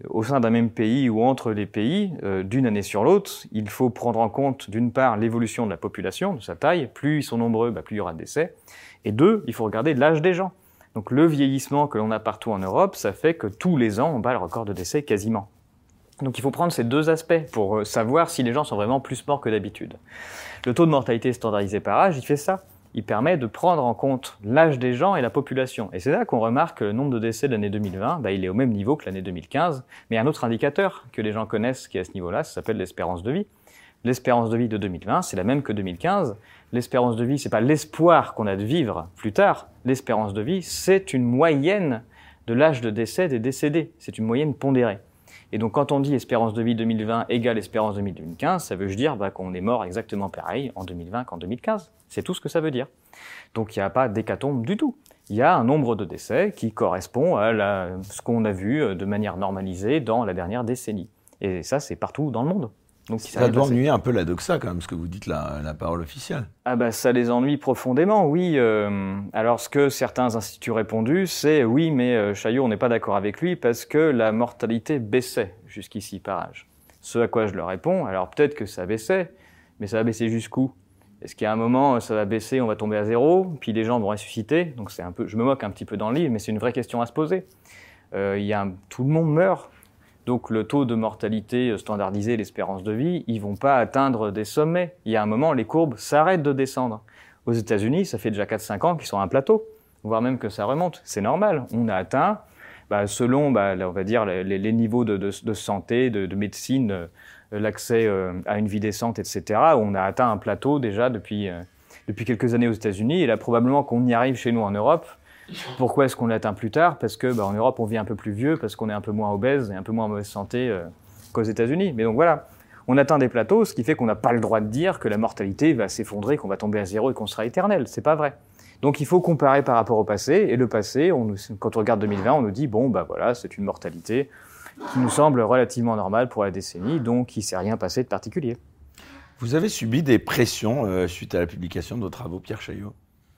au sein d'un même pays ou entre les pays, euh, d'une année sur l'autre, il faut prendre en compte, d'une part, l'évolution de la population, de sa taille. Plus ils sont nombreux, bah, plus il y aura de décès. Et deux, il faut regarder l'âge des gens. Donc le vieillissement que l'on a partout en Europe, ça fait que tous les ans, on bat le record de décès quasiment. Donc il faut prendre ces deux aspects pour savoir si les gens sont vraiment plus morts que d'habitude. Le taux de mortalité standardisé par âge, il fait ça. Il permet de prendre en compte l'âge des gens et la population. Et c'est là qu'on remarque que le nombre de décès de l'année deux mille vingt, bah, il est au même niveau que l'année deux mille quinze. Mais un autre indicateur que les gens connaissent qui est à ce niveau-là, ça s'appelle l'espérance de vie. L'espérance de vie de deux mille vingt, c'est la même que deux mille quinze. L'espérance de vie, c'est pas l'espoir qu'on a de vivre plus tard. L'espérance de vie, c'est une moyenne de l'âge de décès des décédés. C'est une moyenne pondérée. Et donc, quand on dit espérance de vie deux mille vingt égale espérance de vie deux mille quinze, ça veut dire bah, qu'on est mort exactement pareil en deux mille vingt qu'en deux mille quinze. C'est tout ce que ça veut dire. Donc, il n'y a pas d'hécatombe du tout. Il y a un nombre de décès qui correspond à la, ce qu'on a vu de manière normalisée dans la dernière décennie. Et ça, c'est partout dans le monde. Donc, si ça ça doit ennuyer un peu la doxa quand même, ce que vous dites, la, la parole officielle. Ah bah ça les ennuie profondément, oui. Euh, alors ce que certains instituts ont répondu, c'est oui, mais euh, Chaillot, on n'est pas d'accord avec lui parce que la mortalité baissait jusqu'ici par âge. Ce à quoi je leur réponds, alors peut-être que ça baissait, mais ça va baisser jusqu'où? Est-ce qu'il y a un moment, ça va baisser, on va tomber à zéro, puis les gens vont ressusciter? Donc c'est un peu, je me moque un petit peu dans le livre, mais c'est une vraie question à se poser. Euh, il y a un, tout le monde meurt. Donc le taux de mortalité standardisé, l'espérance de vie, ils vont pas atteindre des sommets. Il y a un moment, les courbes s'arrêtent de descendre. Aux États-Unis, ça fait déjà quatre cinq ans qu'ils sont à un plateau, voire même que ça remonte. C'est normal. On a atteint, bah, selon, bah, on va dire, les, les niveaux de, de, de santé, de, de médecine, euh, l'accès euh, à une vie décente, et cetera. On a atteint un plateau déjà depuis, euh, depuis quelques années aux États-Unis. Et là, probablement qu'on y arrive chez nous en Europe. Pourquoi est-ce qu'on l'atteint plus tard? Parce que bah, en Europe, on vit un peu plus vieux, parce qu'on est un peu moins obèse et un peu moins en mauvaise santé euh, qu'aux États-Unis. Mais donc voilà, on atteint des plateaux, ce qui fait qu'on n'a pas le droit de dire que la mortalité va s'effondrer, qu'on va tomber à zéro et qu'on sera éternel. C'est pas vrai. Donc il faut comparer par rapport au passé. Et le passé, on, quand on regarde deux mille vingt, on nous dit bon bah voilà, c'est une mortalité qui nous semble relativement normale pour la décennie, donc il ne s'est rien passé de particulier. Vous avez subi des pressions euh, suite à la publication de vos travaux, Pierre Chaillot?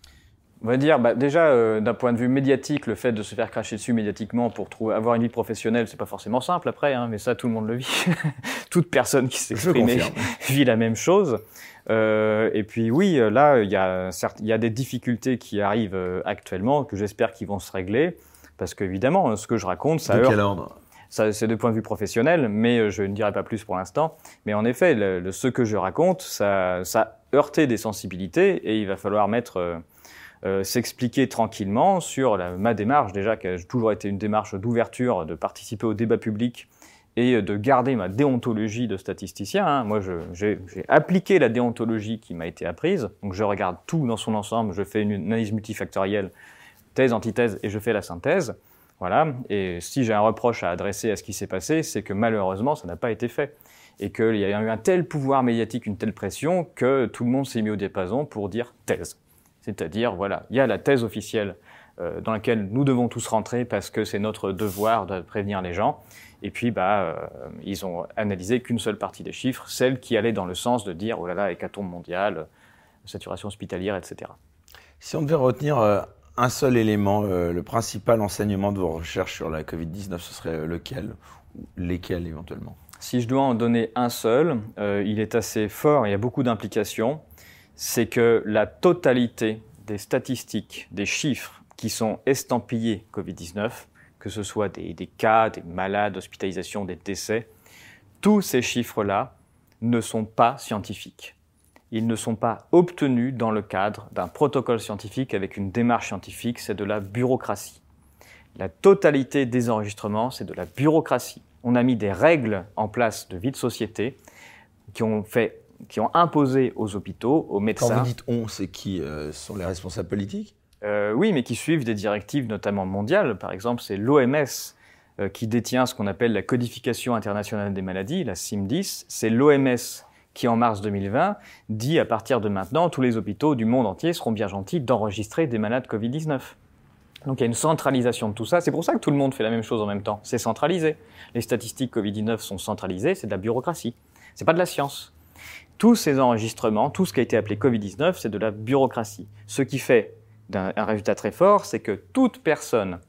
On va dire, bah, déjà, euh, d'un point de vue médiatique, le fait de se faire cracher dessus médiatiquement pour trouver, avoir une vie professionnelle, c'est pas forcément simple après, hein, mais ça, tout le monde le vit. Toute personne qui s'est exprimée vit la même chose. Euh, et puis oui, là, il y a, certes, il y a des difficultés qui arrivent euh, actuellement, que j'espère qu'ils vont se régler, parce qu'évidemment, ce que je raconte, ça de heurte. Quel ordre? Ça, c'est de point de vue professionnel, mais je ne dirai pas plus pour l'instant. Mais en effet, le, le, ce que je raconte, ça, ça heurtait des sensibilités, et il va falloir mettre... Euh, Euh, s'expliquer tranquillement sur la, ma démarche, déjà qui a toujours été une démarche d'ouverture, de participer au débat public et de garder ma déontologie de statisticien. Hein. Moi, je, j'ai, j'ai appliqué la déontologie qui m'a été apprise, donc je regarde tout dans son ensemble, je fais une analyse multifactorielle, thèse, antithèse, et je fais la synthèse. Voilà. Et si j'ai un reproche à adresser à ce qui s'est passé, c'est que malheureusement, ça n'a pas été fait. Et qu'il y a eu un tel pouvoir médiatique, une telle pression, que tout le monde s'est mis au diapason pour dire thèse. C'est-à-dire, voilà, il y a la thèse officielle euh, dans laquelle nous devons tous rentrer parce que c'est notre devoir de prévenir les gens. Et puis, bah, euh, ils ont analysé qu'une seule partie des chiffres, celle qui allait dans le sens de dire, oh là là, hécatombe mondiale, saturation hospitalière, et cetera. Si on devait retenir euh, un seul élément, euh, le principal enseignement de vos recherches sur la covid dix-neuf, ce serait lequel? Ou lesquels éventuellement? Si je dois en donner un seul, euh, il est assez fort, il y a beaucoup d'implications. C'est que la totalité des statistiques, des chiffres qui sont estampillés covid dix-neuf, que ce soit des, des cas, des malades, hospitalisations, des décès, tous ces chiffres-là ne sont pas scientifiques. Ils ne sont pas obtenus dans le cadre d'un protocole scientifique avec une démarche scientifique, c'est de la bureaucratie. La totalité des enregistrements, c'est de la bureaucratie. On a mis des règles en place de vie de société qui ont fait qui ont imposé aux hôpitaux, aux médecins... Quand vous dites « on », c'est qui euh, sont les responsables politiques? euh, Oui, mais qui suivent des directives notamment mondiales. Par exemple, c'est l'O M S euh, qui détient ce qu'on appelle la codification internationale des maladies, la C I M dix. C'est l'O M S qui, en mars deux mille vingt, dit à partir de maintenant, tous les hôpitaux du monde entier seront bien gentils d'enregistrer des malades covid dix-neuf. Donc il y a une centralisation de tout ça. C'est pour ça que tout le monde fait la même chose en même temps. C'est centralisé. Les statistiques covid dix-neuf sont centralisées, c'est de la bureaucratie. C'est pas de la science. Tous ces enregistrements, tout ce qui a été appelé covid dix-neuf, c'est de la bureaucratie. Ce qui fait d'un, un résultat très fort, c'est que toute personne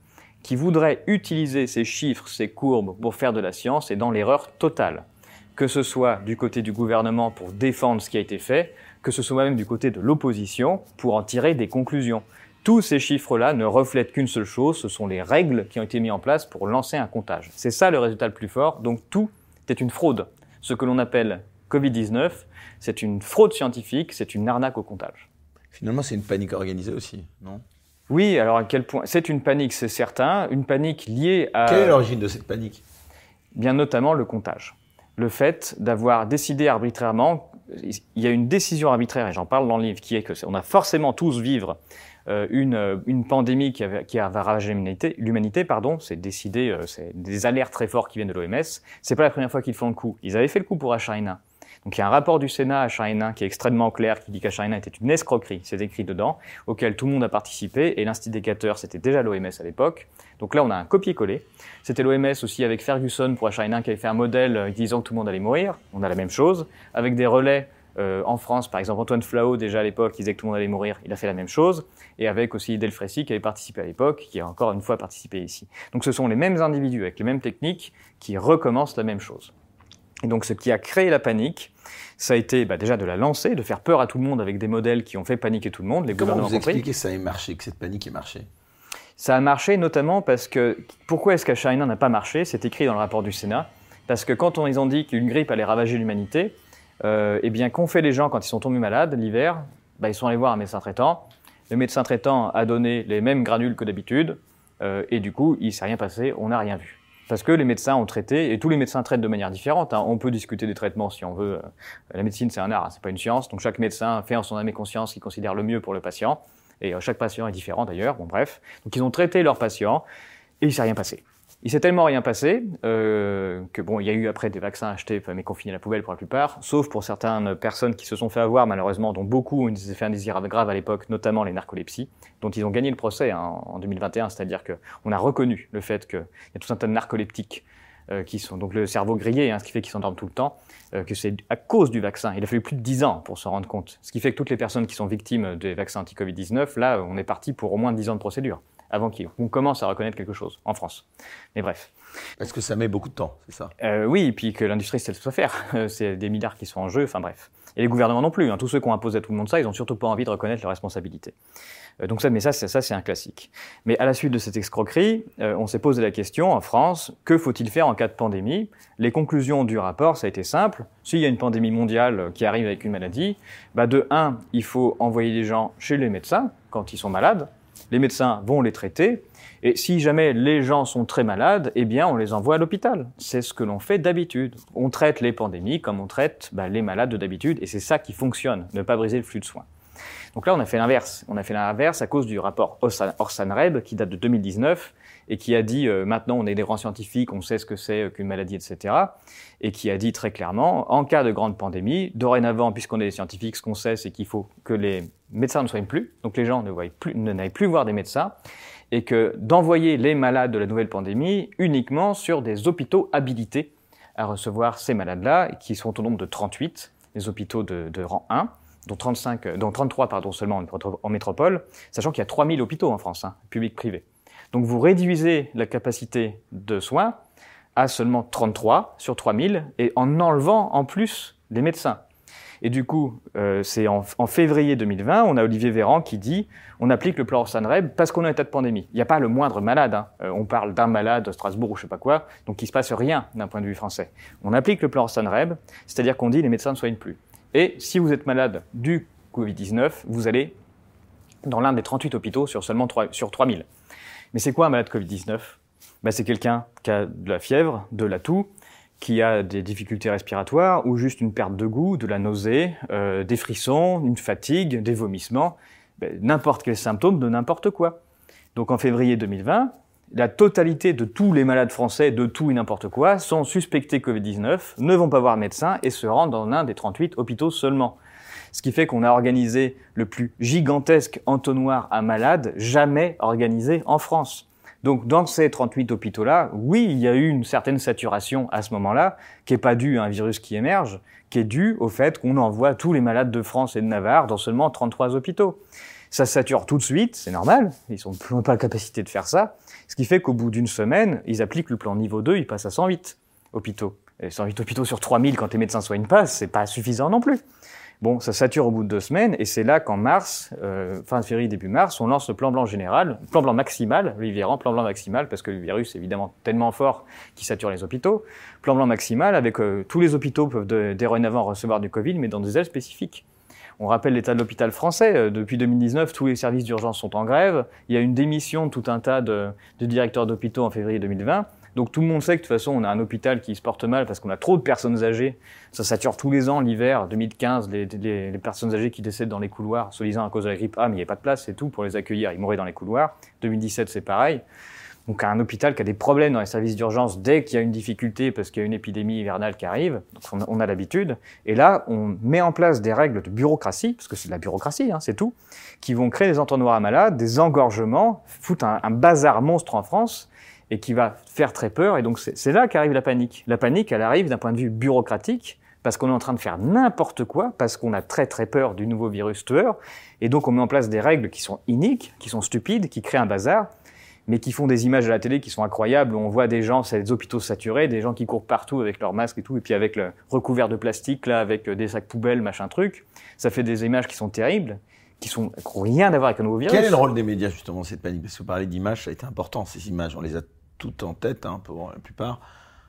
qui voudraient utiliser ces chiffres, ces courbes pour faire de la science est dans l'erreur totale. Que ce soit du côté du gouvernement pour défendre ce qui a été fait, que ce soit même du côté de l'opposition pour en tirer des conclusions. Tous ces chiffres-là ne reflètent qu'une seule chose, ce sont les règles qui ont été mises en place pour lancer un comptage. C'est ça le résultat le plus fort, donc tout est une fraude. Ce que l'on appelle covid dix-neuf, c'est une fraude scientifique, c'est une arnaque au comptage. Finalement, c'est une panique organisée aussi, non ? Oui, alors à quel point ? C'est une panique, c'est certain, une panique liée à... Quelle est l'origine de cette panique ? Bien notamment le comptage. Le fait d'avoir décidé arbitrairement, il y a une décision arbitraire, et j'en parle dans le livre, qui est que on a forcément tous vivre euh, une, une pandémie qui, avait, qui va ravager l'humanité, l'humanité, pardon, c'est décidé, euh, c'est des alertes très fortes qui viennent de l'O M S. C'est pas la première fois qu'ils font le coup. Ils avaient fait le coup pour H un N un. Donc il y a un rapport du Sénat à H un N un qui est extrêmement clair, qui dit qu'H un N un était une escroquerie, c'est écrit dedans, auquel tout le monde a participé, et l'instigateur, c'était déjà l'O M S à l'époque. Donc là, on a un copier-coller. C'était l'O M S aussi avec Ferguson pour H un N un qui avait fait un modèle euh, disant que tout le monde allait mourir. On a la même chose. Avec des relais euh, en France, par exemple Antoine Flahault, déjà à l'époque, qui disait que tout le monde allait mourir, il a fait la même chose. Et avec aussi Delfrécy qui avait participé à l'époque, qui a encore une fois participé ici. Donc ce sont les mêmes individus avec les mêmes techniques qui recommencent la même chose. Et donc ce qui a créé la panique, ça a été bah, déjà de la lancer, de faire peur à tout le monde avec des modèles qui ont fait paniquer tout le monde. Les Comment gouvernements vous compris. expliquez que ça ait marché, que cette panique ait marché ? Ça a marché notamment parce que... Pourquoi est-ce qu'H un N un n'a pas marché ? C'est écrit dans le rapport du Sénat. Parce que quand on, ils ont dit qu'une grippe allait ravager l'humanité, euh, eh bien qu'ont fait les gens quand ils sont tombés malades l'hiver ? Bah, ils sont allés voir un médecin traitant. Le médecin traitant a donné les mêmes granules que d'habitude. Euh, et du coup, il ne s'est rien passé, on n'a rien vu. Parce que les médecins ont traité, et tous les médecins traitent de manière différente. Hein. On peut discuter des traitements si on veut. La médecine, c'est un art, hein, c'est pas une science. Donc chaque médecin fait en son âme et conscience ce qu'il considère le mieux pour le patient. Et euh, chaque patient est différent d'ailleurs. Bon, bref. Donc ils ont traité leurs patients, et il s'est rien passé. Il s'est tellement rien passé euh, que bon, il y a eu après des vaccins achetés mais confinés à la poubelle pour la plupart, sauf pour certaines personnes qui se sont fait avoir malheureusement, dont beaucoup ont des effets indésirables graves à l'époque, notamment les narcolepsies, dont ils ont gagné le procès hein, en deux mille vingt et un, c'est-à-dire que on a reconnu le fait qu'il y a tout un tas de narcoleptiques euh, qui sont donc le cerveau grillé, hein, ce qui fait qu'ils s'endorment tout le temps, euh, que c'est à cause du vaccin. Il a fallu plus de dix ans pour s'en rendre compte. Ce qui fait que toutes les personnes qui sont victimes des vaccins anti-covid dix-neuf, là, on est parti pour au moins dix ans de procédure avant qu'on commence à reconnaître quelque chose en France. Mais bref. Parce que ça met beaucoup de temps, c'est ça ? euh, Oui, et puis que l'industrie sait le faire. C'est des milliards qui sont en jeu, enfin bref. Et les gouvernements non plus. Hein. Tous ceux qui ont imposé à tout le monde ça, ils n'ont surtout pas envie de reconnaître leurs responsabilités. Euh, donc ça, mais ça, c'est, ça, c'est un classique. Mais à la suite de cette escroquerie, euh, on s'est posé la question, en France, que faut-il faire en cas de pandémie ? Les conclusions du rapport, ça a été simple. S'il y a une pandémie mondiale qui arrive avec une maladie, bah de un, il faut envoyer les gens chez les médecins quand ils sont malades. Les médecins vont les traiter, et si jamais les gens sont très malades, eh bien on les envoie à l'hôpital. C'est ce que l'on fait d'habitude. On traite les pandémies comme on traite bah, les malades de d'habitude, et c'est ça qui fonctionne, ne pas briser le flux de soins. Donc là, on a fait l'inverse. On a fait l'inverse à cause du rapport Orsan-Reb, qui date de deux mille dix-neuf, et qui a dit, euh, maintenant on est des grands scientifiques, on sait ce que c'est qu'une maladie, et cetera, et qui a dit très clairement, en cas de grande pandémie, dorénavant, puisqu'on est des scientifiques, ce qu'on sait, c'est qu'il faut que les médecins ne soignent plus, donc les gens ne, voient plus, ne n'aillent plus voir des médecins, et que d'envoyer les malades de la nouvelle pandémie uniquement sur des hôpitaux habilités à recevoir ces malades-là, qui sont au nombre de trente-huit, les hôpitaux de, de rang un, dont, trente-cinq, dont trente-trois pardon, seulement en métropole, sachant qu'il y a trois mille hôpitaux en France, hein, publics-privés. Donc vous réduisez la capacité de soins à seulement trente-trois sur trois mille, et en enlevant en plus les médecins. Et du coup, euh, c'est en, en février deux mille vingt, on a Olivier Véran qui dit « on applique le plan Orsan-Reb parce qu'on est en état de pandémie ». Il n'y a pas le moindre malade. Hein. Euh, on parle d'un malade de Strasbourg ou je ne sais pas quoi, donc il ne se passe rien d'un point de vue français. On applique le plan Orsan-Reb, c'est-à-dire qu'on dit « les médecins ne soignent plus ». Et si vous êtes malade du covid dix-neuf, vous allez dans l'un des trente-huit hôpitaux sur seulement trois, sur trois mille. Mais c'est quoi un malade covid dix-neuf ? Ben, c'est quelqu'un qui a de la fièvre, de la toux, qui a des difficultés respiratoires ou juste une perte de goût, de la nausée, euh, des frissons, une fatigue, des vomissements, ben, n'importe quel symptôme de n'importe quoi. Donc en février deux mille vingt, la totalité de tous les malades français de tout et n'importe quoi sont suspectés covid dix-neuf, ne vont pas voir médecin et se rendent dans l'un des trente-huit hôpitaux seulement. Ce qui fait qu'on a organisé le plus gigantesque entonnoir à malades jamais organisé en France. Donc dans ces trente-huit hôpitaux-là, oui, il y a eu une certaine saturation à ce moment-là, qui n'est pas due à un virus qui émerge, qui est due au fait qu'on envoie tous les malades de France et de Navarre dans seulement trente-trois hôpitaux. Ça sature tout de suite, c'est normal, ils n'ont pas la capacité de faire ça. Ce qui fait qu'au bout d'une semaine, ils appliquent le plan niveau deux, ils passent à cent huit hôpitaux. Et cent huit hôpitaux sur trois mille, quand les médecins soignent pas, c'est pas suffisant non plus. Bon, ça sature au bout de deux semaines, et c'est là qu'en mars, euh, fin février, début mars, on lance le plan blanc général, plan blanc maximal, Olivier Véran, plan blanc maximal, parce que le virus est évidemment tellement fort qu'il sature les hôpitaux. Plan blanc maximal, avec euh, tous les hôpitaux peuvent de, dorénavant recevoir du Covid, mais dans des ailes spécifiques. On rappelle l'état de l'hôpital français. Euh, depuis deux mille dix-neuf, tous les services d'urgence sont en grève. Il y a une démission de tout un tas de, de directeurs d'hôpitaux en février deux mille vingt. Donc tout le monde sait que de toute façon, on a un hôpital qui se porte mal parce qu'on a trop de personnes âgées. Ça sature tous les ans, l'hiver, deux mille quinze, les, les, les personnes âgées qui décèdent dans les couloirs, soi-disant à cause de la grippe A, mais il n'y a pas de place, c'est tout, pour les accueillir, ils mouraient dans les couloirs. deux mille dix-sept, c'est pareil. Donc un hôpital qui a des problèmes dans les services d'urgence dès qu'il y a une difficulté parce qu'il y a une épidémie hivernale qui arrive, donc on a, on a l'habitude. Et là, on met en place des règles de bureaucratie, parce que c'est de la bureaucratie, hein, c'est tout, qui vont créer des entonnoirs à malades, des engorgements, foutre un, un bazar monstre en France, et qui va faire très peur. Et donc, c'est là qu'arrive la panique. La panique, elle arrive d'un point de vue bureaucratique, parce qu'on est en train de faire n'importe quoi, parce qu'on a très très peur du nouveau virus tueur. Et donc, on met en place des règles qui sont iniques, qui sont stupides, qui créent un bazar, mais qui font des images à la télé qui sont incroyables, où on voit des gens, c'est des hôpitaux saturés, des gens qui courent partout avec leurs masques et tout, et puis avec le recouvert de plastique, là, avec des sacs poubelles, machin truc. Ça fait des images qui sont terribles, qui sont qui n'ont rien à voir avec un nouveau virus. Quel est le rôle des médias, justement, dans cette panique? Parce que vous parlez d'images, ça a été important, ces images. On les a toutes en tête, hein, pour la plupart.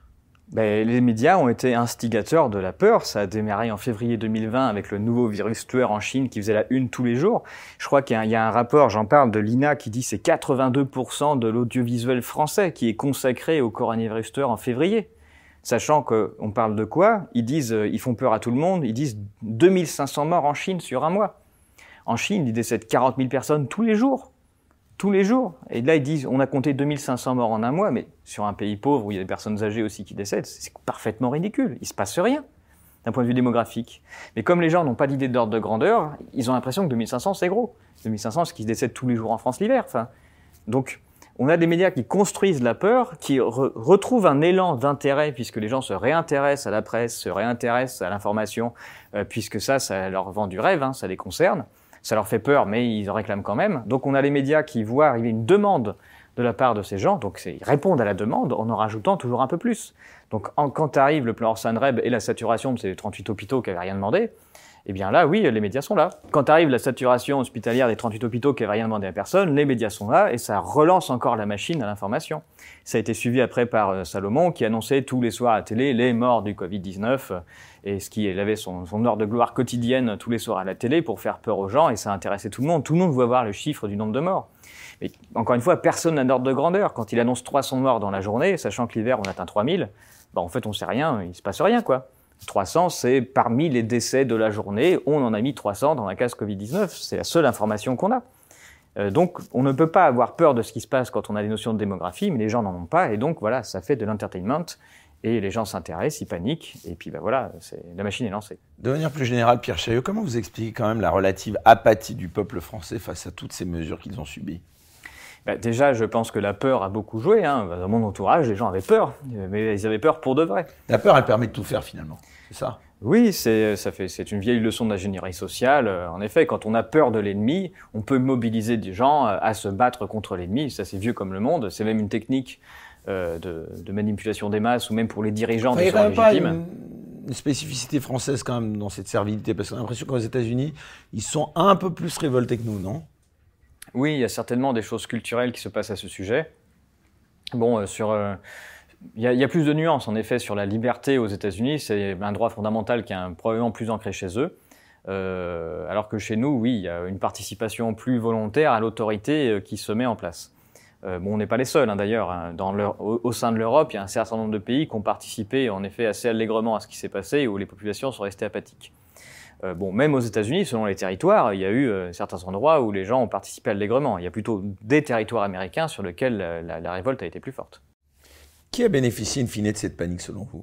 Ben, les médias ont été instigateurs de la peur. Ça a démarré en février deux mille vingt avec le nouveau virus tueur en Chine qui faisait la une tous les jours. Je crois qu'il y a un, il y a un rapport, j'en parle, de l'I N A qui dit que c'est quatre-vingt-deux pour cent de l'audiovisuel français qui est consacré au coronavirus tueur en février. Sachant qu'on parle de quoi? Ils disent, euh, ils font peur à tout le monde, ils disent deux mille cinq cents morts en Chine sur un mois. En Chine, ils décèdent quarante mille personnes tous les jours. Tous les jours. Et là, ils disent, on a compté deux mille cinq cents morts en un mois, mais sur un pays pauvre où il y a des personnes âgées aussi qui décèdent, c'est parfaitement ridicule. Il se passe rien, d'un point de vue démographique. Mais comme les gens n'ont pas d'idée d'ordre de grandeur, ils ont l'impression que deux mille cinq cents, c'est gros. deux mille cinq cents, c'est qu'ils décèdent tous les jours en France l'hiver. Enfin, donc, on a des médias qui construisent la peur, qui re retrouvent un élan d'intérêt, puisque les gens se réintéressent à la presse, se réintéressent à l'information, euh, puisque ça, ça leur vend du rêve, hein, ça les concerne. Ça leur fait peur, mais ils en réclament quand même. Donc on a les médias qui voient arriver une demande de la part de ces gens, donc ils répondent à la demande en en rajoutant toujours un peu plus. Donc en, quand arrive le plan Orsan-Reb et la saturation de ces trente-huit hôpitaux qui n'avaient rien demandé, eh bien là, oui, les médias sont là. Quand arrive la saturation hospitalière des trente-huit hôpitaux qui n'avaient rien demandé à personne, les médias sont là et ça relance encore la machine à l'information. Ça a été suivi après par euh, Salomon qui annonçait tous les soirs à la télé les morts du Covid dix-neuf euh, et ce qui il avait son, son heure de gloire quotidienne tous les soirs à la télé pour faire peur aux gens et ça intéressait tout le monde. Tout le monde voit voir le chiffre du nombre de morts. Mais encore une fois, personne n'a d'ordre de grandeur. Quand il annonce trois cents morts dans la journée, sachant que l'hiver on atteint trois mille, bah, en fait on sait rien, il se passe rien quoi. trois cents, c'est parmi les décès de la journée, on en a mis trois cents dans la case Covid dix-neuf, c'est la seule information qu'on a. Euh, donc on ne peut pas avoir peur de ce qui se passe quand on a des notions de démographie, mais les gens n'en ont pas, et donc voilà, ça fait de l'entertainment, et les gens s'intéressent, ils paniquent, et puis ben voilà, la machine est lancée. De manière plus générale, Pierre Chaillot, comment vous expliquez quand même la relative apathie du peuple français face à toutes ces mesures qu'ils ont subies? Ben déjà, je pense que la peur a beaucoup joué. Hein. Dans mon entourage, les gens avaient peur, mais ils avaient peur pour de vrai. La peur, elle permet de tout faire finalement, c'est ça? Oui, c'est, ça fait, c'est une vieille leçon d'ingénierie sociale. En effet, quand on a peur de l'ennemi, on peut mobiliser des gens à se battre contre l'ennemi. Ça, c'est vieux comme le monde. C'est même une technique euh, de, de manipulation des masses ou même pour les dirigeants des gens légitimes. Une, une spécificité française quand même dans cette servilité, parce qu'on a l'impression qu'aux États-Unis, ils sont un peu plus révoltés que nous, non? Oui, il y a certainement des choses culturelles qui se passent à ce sujet. Bon, euh, sur... Euh, Il y, a, il y a plus de nuances, en effet, sur la liberté aux États-Unis. C'est un droit fondamental qui est probablement plus ancré chez eux. Euh, alors que chez nous, oui, il y a une participation plus volontaire à l'autorité euh, qui se met en place. Euh, bon, on n'est pas les seuls, hein, d'ailleurs. Hein. Dans leur, au, au sein de l'Europe, il y a un certain nombre de pays qui ont participé, en effet, assez allègrement à ce qui s'est passé, où les populations sont restées apathiques. Euh, bon, même aux États-Unis, selon les territoires, il y a eu euh, certains endroits où les gens ont participé allègrement. Il y a plutôt des territoires américains sur lesquels la, la, la révolte a été plus forte. Qui a bénéficié in fine de cette panique selon vous?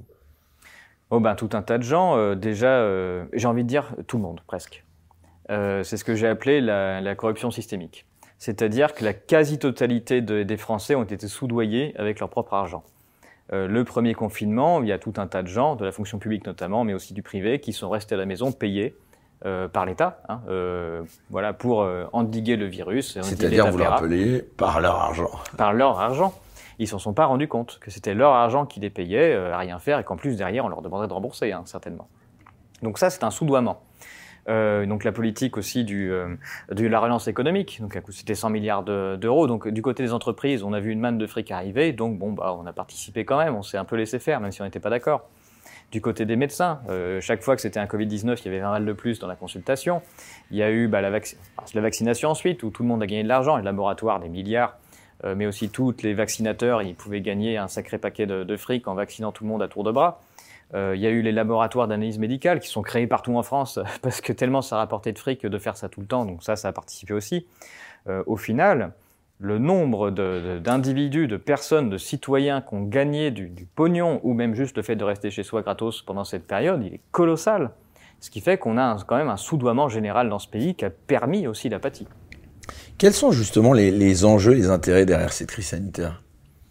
Oh ben, tout un tas de gens. Euh, déjà, euh, j'ai envie de dire tout le monde, presque. Euh, c'est ce que j'ai appelé la, la corruption systémique. C'est-à-dire que la quasi-totalité de, des Français ont été soudoyés avec leur propre argent. Euh, le premier confinement, il y a tout un tas de gens, de la fonction publique notamment, mais aussi du privé, qui sont restés à la maison payés euh, par l'État, hein, euh, voilà, pour euh, endiguer le virus. C'est-à-dire, vous le rappelez, par leur argent. Par leur argent. Ils s'en sont pas rendus compte que c'était leur argent qui les payait euh, à rien faire et qu'en plus, derrière, on leur demanderait de rembourser, hein, certainement. Donc ça, c'est un soudoiement. Euh, donc la politique aussi du, euh, de la relance économique, donc c'était cent milliards d'euros. Donc du côté des entreprises, on a vu une manne de fric arriver, donc bon, bah, on a participé quand même, on s'est un peu laissé faire, même si on n'était pas d'accord. Du côté des médecins, euh, chaque fois que c'était un covid dix-neuf, il y avait vingt balles de plus dans la consultation. Il y a eu bah, la, vac la vaccination ensuite, où tout le monde a gagné de l'argent, les laboratoires, des milliards, euh, mais aussi tous les vaccinateurs, ils pouvaient gagner un sacré paquet de, de fric en vaccinant tout le monde à tour de bras. Euh, il y a eu les laboratoires d'analyse médicale qui sont créés partout en France parce que tellement ça rapportait de fric de faire ça tout le temps, donc ça, ça a participé aussi. Euh, au final, le nombre d'individus, de, de, de personnes, de citoyens qui ont gagné du, du pognon ou même juste le fait de rester chez soi gratos pendant cette période, il est colossal. Ce qui fait qu'on a un, quand même un soudoiement général dans ce pays qui a permis aussi l'apathie. Quels sont justement les, les enjeux, les intérêts derrière cette crise sanitaire ?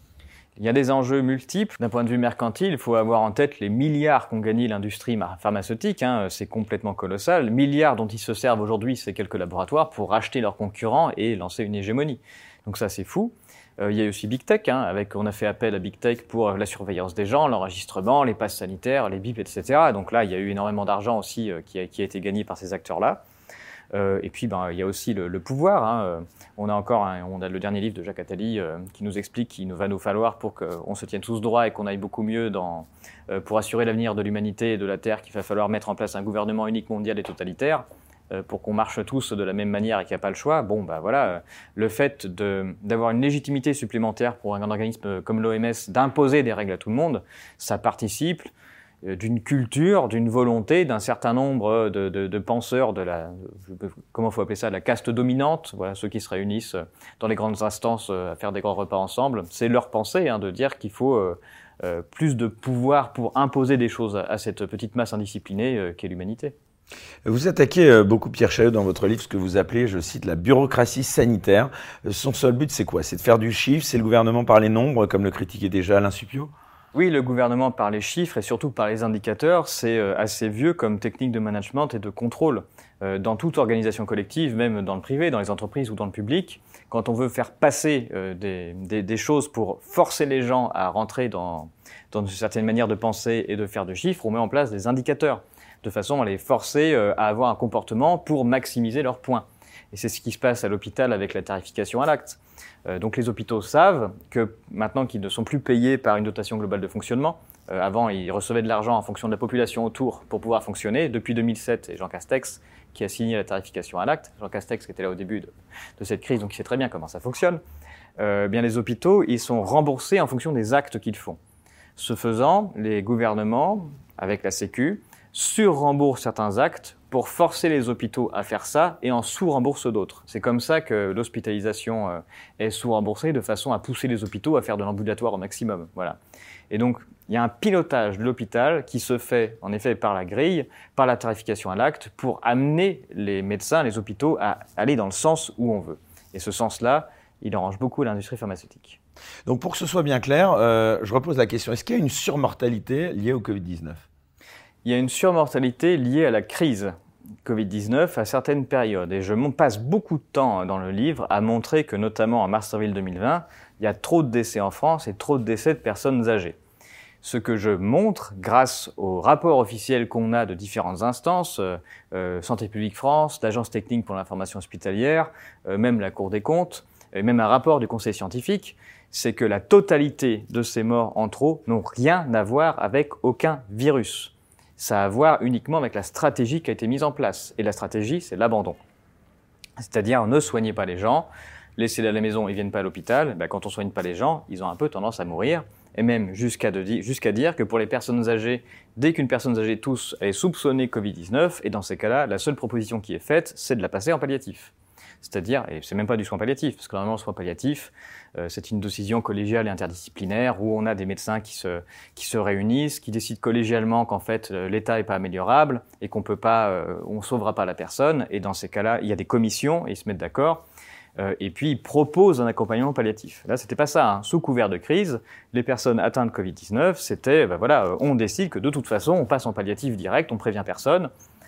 Il y a des enjeux multiples. D'un point de vue mercantile, il faut avoir en tête les milliards qu'ont gagné l'industrie pharmaceutique. Hein, c'est complètement colossal. Milliards dont ils se servent aujourd'hui, ces quelques laboratoires, pour racheter leurs concurrents et lancer une hégémonie. Donc ça, c'est fou. Euh, il y a aussi Big Tech. Hein, avec, on a fait appel à Big Tech pour la surveillance des gens, l'enregistrement, les passes sanitaires, les bips, et cetera. Donc là, il y a eu énormément d'argent aussi euh, qui, a, qui a été gagné par ces acteurs-là. Euh, et puis, ben, il y a aussi le, le pouvoir. Hein. On a encore, un, on a le dernier livre de Jacques Attali euh, qui nous explique qu'il va nous falloir pour qu'on se tienne tous droit et qu'on aille beaucoup mieux dans, euh, pour assurer l'avenir de l'humanité et de la Terre, qu'il va falloir mettre en place un gouvernement unique mondial et totalitaire euh, pour qu'on marche tous de la même manière et qu'il n'y a pas le choix. Bon, ben voilà, euh, le fait d'avoir une légitimité supplémentaire pour un organisme comme l'O M S d'imposer des règles à tout le monde, ça participe d'une culture, d'une volonté d'un certain nombre de, de, de penseurs de la, comment faut appeler ça, la caste dominante, voilà, ceux qui se réunissent dans les grandes instances à faire des grands repas ensemble. C'est leur pensée hein, de dire qu'il faut euh, euh, plus de pouvoir pour imposer des choses à, à cette petite masse indisciplinée euh, qu'est l'humanité. Vous attaquez beaucoup, Pierre Chaillot, dans votre livre, ce que vous appelez, je cite, la bureaucratie sanitaire. Son seul but, c'est quoi? C'est de faire du chiffre? C'est le gouvernement par les nombres, comme le critiquait déjà Alain Supiot? Oui, le gouvernement par les chiffres et surtout par les indicateurs, c'est assez vieux comme technique de management et de contrôle. Dans toute organisation collective, même dans le privé, dans les entreprises ou dans le public, quand on veut faire passer des, des, des choses pour forcer les gens à rentrer dans, dans une certaine manière de penser et de faire du chiffre, on met en place des indicateurs, de façon à les forcer à avoir un comportement pour maximiser leurs points. Et c'est ce qui se passe à l'hôpital avec la tarification à l'acte. Euh, donc les hôpitaux savent que maintenant qu'ils ne sont plus payés par une dotation globale de fonctionnement, euh, avant ils recevaient de l'argent en fonction de la population autour pour pouvoir fonctionner. Depuis deux mille sept, et Jean Castex qui a signé la tarification à l'acte, Jean Castex qui était là au début de, de cette crise, donc il sait très bien comment ça fonctionne, euh, bien les hôpitaux, ils sont remboursés en fonction des actes qu'ils font. Ce faisant, les gouvernements, avec la Sécu, sur-remboursent certains actes pour forcer les hôpitaux à faire ça et en sous-remboursent d'autres. C'est comme ça que l'hospitalisation euh, est sous-remboursée de façon à pousser les hôpitaux à faire de l'ambulatoire au maximum. Voilà. Et donc, il y a un pilotage de l'hôpital qui se fait en effet par la grille, par la tarification à l'acte, pour amener les médecins, les hôpitaux à aller dans le sens où on veut. Et ce sens-là, il arrange beaucoup l'industrie pharmaceutique. Donc pour que ce soit bien clair, euh, je repose la question, est-ce qu'il y a une surmortalité liée au covid dix-neuf ? Il y a une surmortalité liée à la crise covid dix-neuf à certaines périodes. Et je passe beaucoup de temps dans le livre à montrer que, notamment en mars-avril deux mille vingt, il y a trop de décès en France et trop de décès de personnes âgées. Ce que je montre, grâce aux rapports officiels qu'on a de différentes instances, euh, euh, Santé publique France, l'Agence technique pour l'information hospitalière, euh, même la Cour des comptes, et même un rapport du Conseil scientifique, c'est que la totalité de ces morts en trop n'ont rien à voir avec aucun virus. Ça a à voir uniquement avec la stratégie qui a été mise en place. Et la stratégie, c'est l'abandon. C'est-à-dire, ne soignez pas les gens, laissez-les à la maison, ils viennent pas à l'hôpital. Ben, quand on soigne pas les gens, ils ont un peu tendance à mourir. Et même jusqu'à jusqu'à dire que pour les personnes âgées, dès qu'une personne âgée tousse, elle est soupçonnée covid dix-neuf. Et dans ces cas-là, la seule proposition qui est faite, c'est de la passer en palliatif. C'est-à-dire, et c'est même pas du soin palliatif, parce que normalement le soin palliatif, euh, c'est une décision collégiale et interdisciplinaire où on a des médecins qui se, qui se réunissent, qui décident collégialement qu'en fait euh, l'état est pas améliorable et qu'on peut pas, euh, on sauvera pas la personne. Et dans ces cas-là, il y a des commissions et ils se mettent d'accord. Euh, et puis ils proposent un accompagnement palliatif. Là, c'était pas ça. Hein. Sous couvert de crise, les personnes atteintes de covid dix-neuf, c'était, ben voilà, euh, on décide que de toute façon, on passe en palliatif direct, on prévient personne.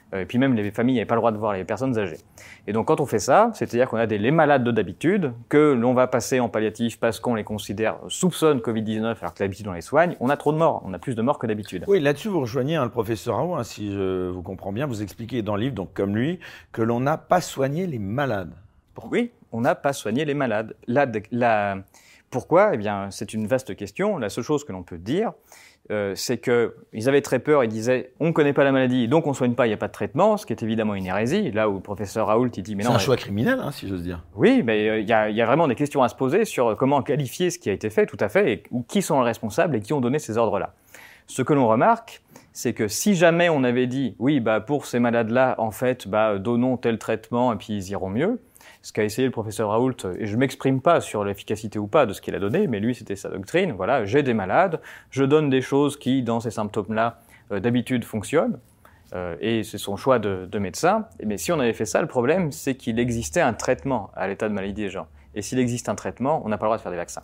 Et puis même les familles n'avaient pas le droit de voir les personnes âgées. Et donc quand on fait ça, c'est-à-dire qu'on a des les malades de d'habitude, que l'on va passer en palliatif parce qu'on les considère soupçonne covid dix-neuf alors que d'habitude on les soigne, on a trop de morts, on a plus de morts que d'habitude. Oui, là-dessus vous rejoignez hein, le professeur Raoult, hein, si je vous comprends bien, vous expliquez dans le livre, donc comme lui, que l'on n'a pas soigné les malades. Pourquoi ? Oui, on n'a pas soigné les malades. La, la, pourquoi ? Eh bien, c'est une vaste question. La seule chose que l'on peut dire, Euh, c'est qu'ils avaient très peur, ils disaient « on ne connaît pas la maladie, donc on ne soigne pas, il n'y a pas de traitement », ce qui est évidemment une hérésie, là où le professeur Raoult il dit « mais non… » C'est un choix criminel, hein, si j'ose dire. Oui, mais il euh, y, a, y a vraiment des questions à se poser sur comment qualifier ce qui a été fait, tout à fait, et, ou qui sont les responsables et qui ont donné ces ordres-là. Ce que l'on remarque, c'est que si jamais on avait dit « oui, bah, pour ces malades-là, en fait, bah, donnons tel traitement et puis ils iront mieux », ce qu'a essayé le professeur Raoult, et je ne m'exprime pas sur l'efficacité ou pas de ce qu'il a donné, mais lui, c'était sa doctrine. Voilà, j'ai des malades, je donne des choses qui, dans ces symptômes-là, euh, d'habitude fonctionnent, euh, et c'est son choix de, de médecin. Mais si on avait fait ça, le problème, c'est qu'il existait un traitement à l'état de maladie des gens. Et s'il existe un traitement, on n'a pas le droit de faire des vaccins.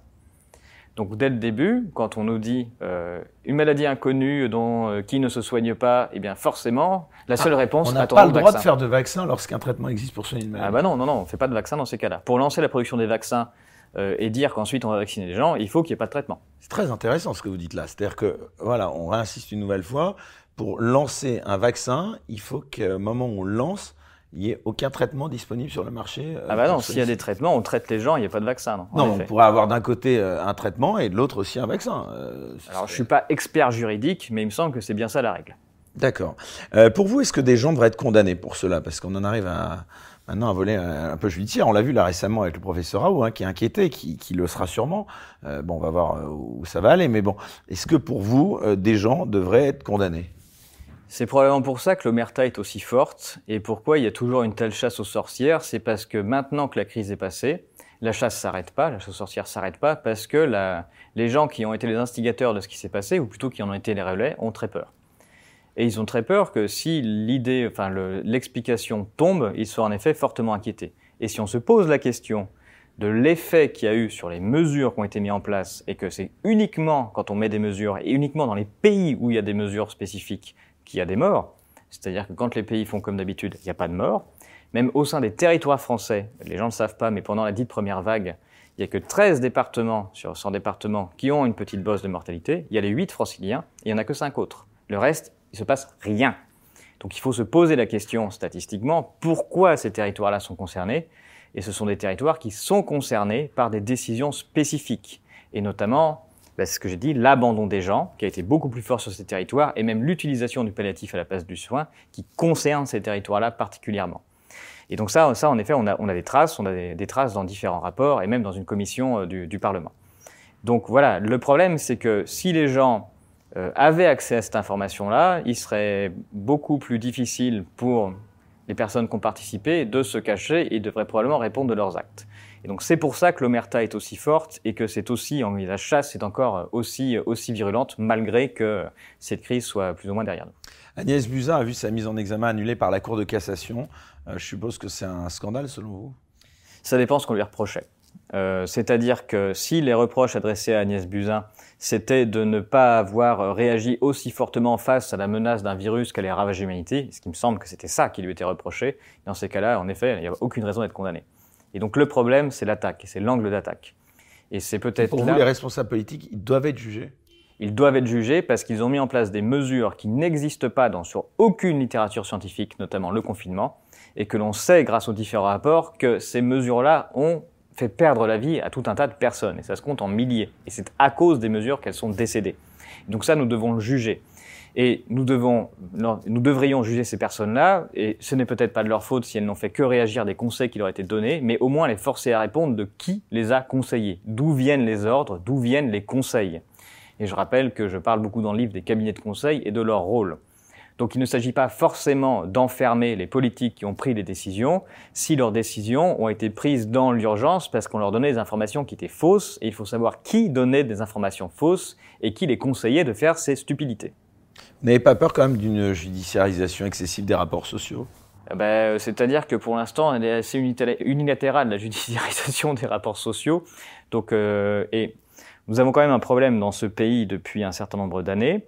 Donc dès le début, quand on nous dit euh, une maladie inconnue dont euh, qui ne se soigne pas, eh bien forcément, la seule ah, réponse… On n'a pas le droit de faire de vaccin lorsqu'un traitement existe pour soigner une maladie. Ah bah non, non, non, on ne fait pas de vaccin dans ces cas-là. Pour lancer la production des vaccins euh, et dire qu'ensuite on va vacciner les gens, il faut qu'il n'y ait pas de traitement. C'est très intéressant ce que vous dites là. C'est-à-dire que, voilà, on réinsiste une nouvelle fois, pour lancer un vaccin, il faut qu'au moment où on le lance, il n'y ait aucun traitement disponible sur le marché. Ah bah non, s'il y a des traitements, on traite les gens, il n'y a pas de vaccin. Non, non on pourrait avoir d'un côté un traitement et de l'autre aussi un vaccin. Euh, Alors serait... je ne suis pas expert juridique, mais il me semble que c'est bien ça la règle. D'accord. Euh, pour vous, est-ce que des gens devraient être condamnés pour cela ? Parce qu'on en arrive à, maintenant à voler un, un peu judiciaire. On l'a vu là récemment avec le professeur Raoult, hein, qui est inquiété, qui, qui le sera sûrement. Euh, bon, on va voir où ça va aller. Mais bon, est-ce que pour vous, euh, des gens devraient être condamnés ? C'est probablement pour ça que l'omerta est aussi forte. Et pourquoi il y a toujours une telle chasse aux sorcières ? C'est parce que maintenant que la crise est passée, la chasse s'arrête pas, la chasse aux sorcières s'arrête pas, parce que la, les gens qui ont été les instigateurs de ce qui s'est passé, ou plutôt qui en ont été les relais, ont très peur. Et ils ont très peur que si l'idée, enfin le, l'explication tombe, ils soient en effet fortement inquiétés. Et si on se pose la question de l'effet qu'il y a eu sur les mesures qui ont été mises en place, et que c'est uniquement quand on met des mesures, et uniquement dans les pays où il y a des mesures spécifiques, qu'il y a des morts, c'est-à-dire que quand les pays font comme d'habitude, il n'y a pas de morts, même au sein des territoires français, les gens ne le savent pas, mais pendant la dite première vague, il n'y a que treize départements sur cent départements qui ont une petite bosse de mortalité, il y a les huit franciliens, et il n'y en a que cinq autres. Le reste, il ne se passe rien. Donc il faut se poser la question statistiquement, pourquoi ces territoires-là sont concernés ? Et ce sont des territoires qui sont concernés par des décisions spécifiques, et notamment… Ben, c'est ce que j'ai dit, l'abandon des gens, qui a été beaucoup plus fort sur ces territoires, et même l'utilisation du palliatif à la place du soin, qui concerne ces territoires-là particulièrement. Et donc ça, ça en effet, on a, on a des traces, on a des, des traces dans différents rapports, et même dans une commission euh, du, du Parlement. Donc voilà, le problème, c'est que si les gens euh, avaient accès à cette information-là, il serait beaucoup plus difficile pour les personnes qui ont participé de se cacher et devraient probablement répondre de leurs actes. Et donc c'est pour ça que l'omerta est aussi forte et que c'est aussi, la chasse est encore aussi, aussi virulente malgré que cette crise soit plus ou moins derrière nous. Agnès Buzyn a vu sa mise en examen annulée par la Cour de cassation. Euh, je suppose que c'est un scandale selon vous ? Ça dépend ce qu'on lui reprochait. Euh, c'est-à-dire que si les reproches adressés à Agnès Buzyn, c'était de ne pas avoir réagi aussi fortement face à la menace d'un virus qui allait ravager l'humanité, ce qui me semble que c'était ça qui lui était reproché, dans ces cas-là, en effet, il n'y a aucune raison d'être condamné. Et donc le problème, c'est l'attaque, c'est l'angle d'attaque. Et c'est peut-être Pour là… vous, les responsables politiques, ils doivent être jugés ? Ils doivent être jugés parce qu'ils ont mis en place des mesures qui n'existent pas dans, sur aucune littérature scientifique, notamment le confinement, et que l'on sait, grâce aux différents rapports, que ces mesures-là ont fait perdre la vie à tout un tas de personnes. Et ça se compte en milliers. Et c'est à cause des mesures qu'elles sont décédées. Donc ça, nous devons le juger. Et nous devons, nous devrions juger ces personnes-là, et ce n'est peut-être pas de leur faute si elles n'ont fait que réagir des conseils qui leur étaient donnés, mais au moins les forcer à répondre de qui les a conseillés, d'où viennent les ordres, d'où viennent les conseils. Et je rappelle que je parle beaucoup dans le livre des cabinets de conseil et de leur rôle. Donc il ne s'agit pas forcément d'enfermer les politiques qui ont pris les décisions si leurs décisions ont été prises dans l'urgence parce qu'on leur donnait des informations qui étaient fausses, et il faut savoir qui donnait des informations fausses et qui les conseillait de faire ces stupidités. Vous n'avez pas peur quand même d'une judiciarisation excessive des rapports sociaux ? Ben, c'est-à-dire que pour l'instant, elle est assez unilatérale, la judiciarisation des rapports sociaux. Donc, euh, et nous avons quand même un problème dans ce pays depuis un certain nombre d'années.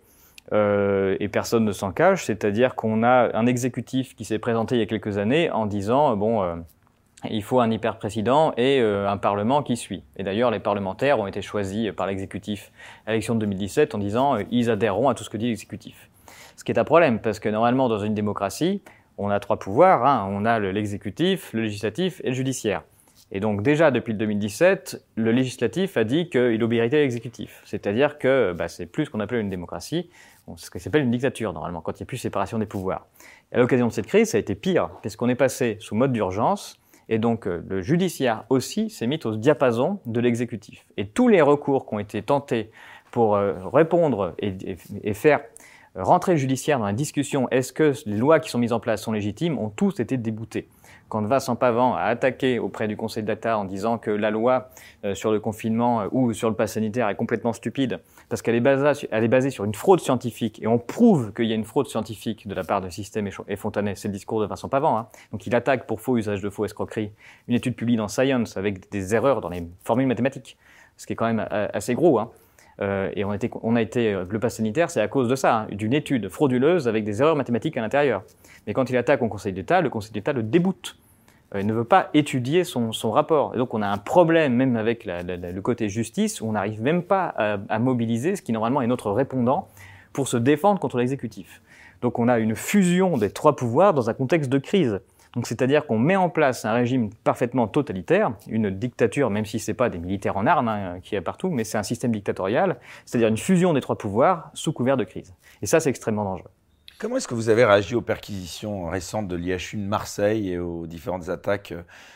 Euh, et personne ne s'en cache, c'est-à-dire qu'on a un exécutif qui s'est présenté il y a quelques années en disant, bon, euh, il faut un hyper-président et euh, un parlement qui suit. Et d'ailleurs, les parlementaires ont été choisis par l'exécutif à l'élection de deux mille dix-sept en disant, euh, ils adhéreront à tout ce que dit l'exécutif. Ce qui est un problème, parce que normalement, dans une démocratie, on a trois pouvoirs, hein, on a l'exécutif, le législatif et le judiciaire. Et donc déjà, depuis le deux mille dix-sept, le législatif a dit qu'il obéirait l'exécutif. C'est-à-dire que bah, c'est plus ce qu'on appelle une démocratie, ce qui s'appelle une dictature, normalement, quand il n'y a plus séparation des pouvoirs. Et à l'occasion de cette crise, ça a été pire, puisqu'on est passé sous mode d'urgence, et donc euh, le judiciaire aussi s'est mis au diapason de l'exécutif. Et tous les recours qui ont été tentés pour euh, répondre et, et, et faire rentrer le judiciaire dans la discussion, est-ce que les lois qui sont mises en place sont légitimes, ont tous été déboutés. Quand Vincent Pavant a attaqué auprès du Conseil d'État en disant que la loi euh, sur le confinement euh, ou sur le pass sanitaire est complètement stupide, parce qu'elle est basée, elle est basée sur une fraude scientifique, et on prouve qu'il y a une fraude scientifique de la part de Système et Fontanet, c'est le discours de Vincent Pavant. Hein. Donc il attaque pour faux usage de faux escroquerie une étude publiée dans Science avec des erreurs dans les formules mathématiques, ce qui est quand même assez gros. Hein. Euh, et on a été, on a été, le pass sanitaire, c'est à cause de ça, hein, d'une étude frauduleuse avec des erreurs mathématiques à l'intérieur. Mais quand il attaque au Conseil d'État, le Conseil d'État le déboute. Euh, il ne veut pas étudier son, son rapport. Et donc on a un problème même avec la, la, la, le côté justice, où on n'arrive même pas à, à mobiliser ce qui normalement est notre répondant pour se défendre contre l'exécutif. Donc on a une fusion des trois pouvoirs dans un contexte de crise. Donc c'est-à-dire qu'on met en place un régime parfaitement totalitaire, une dictature, même si c'est pas des militaires en armes hein, qui y a partout, mais c'est un système dictatorial, c'est-à-dire une fusion des trois pouvoirs sous couvert de crise. Et ça, c'est extrêmement dangereux. Comment est-ce que vous avez réagi aux perquisitions récentes de l'I H U de Marseille et aux différentes attaques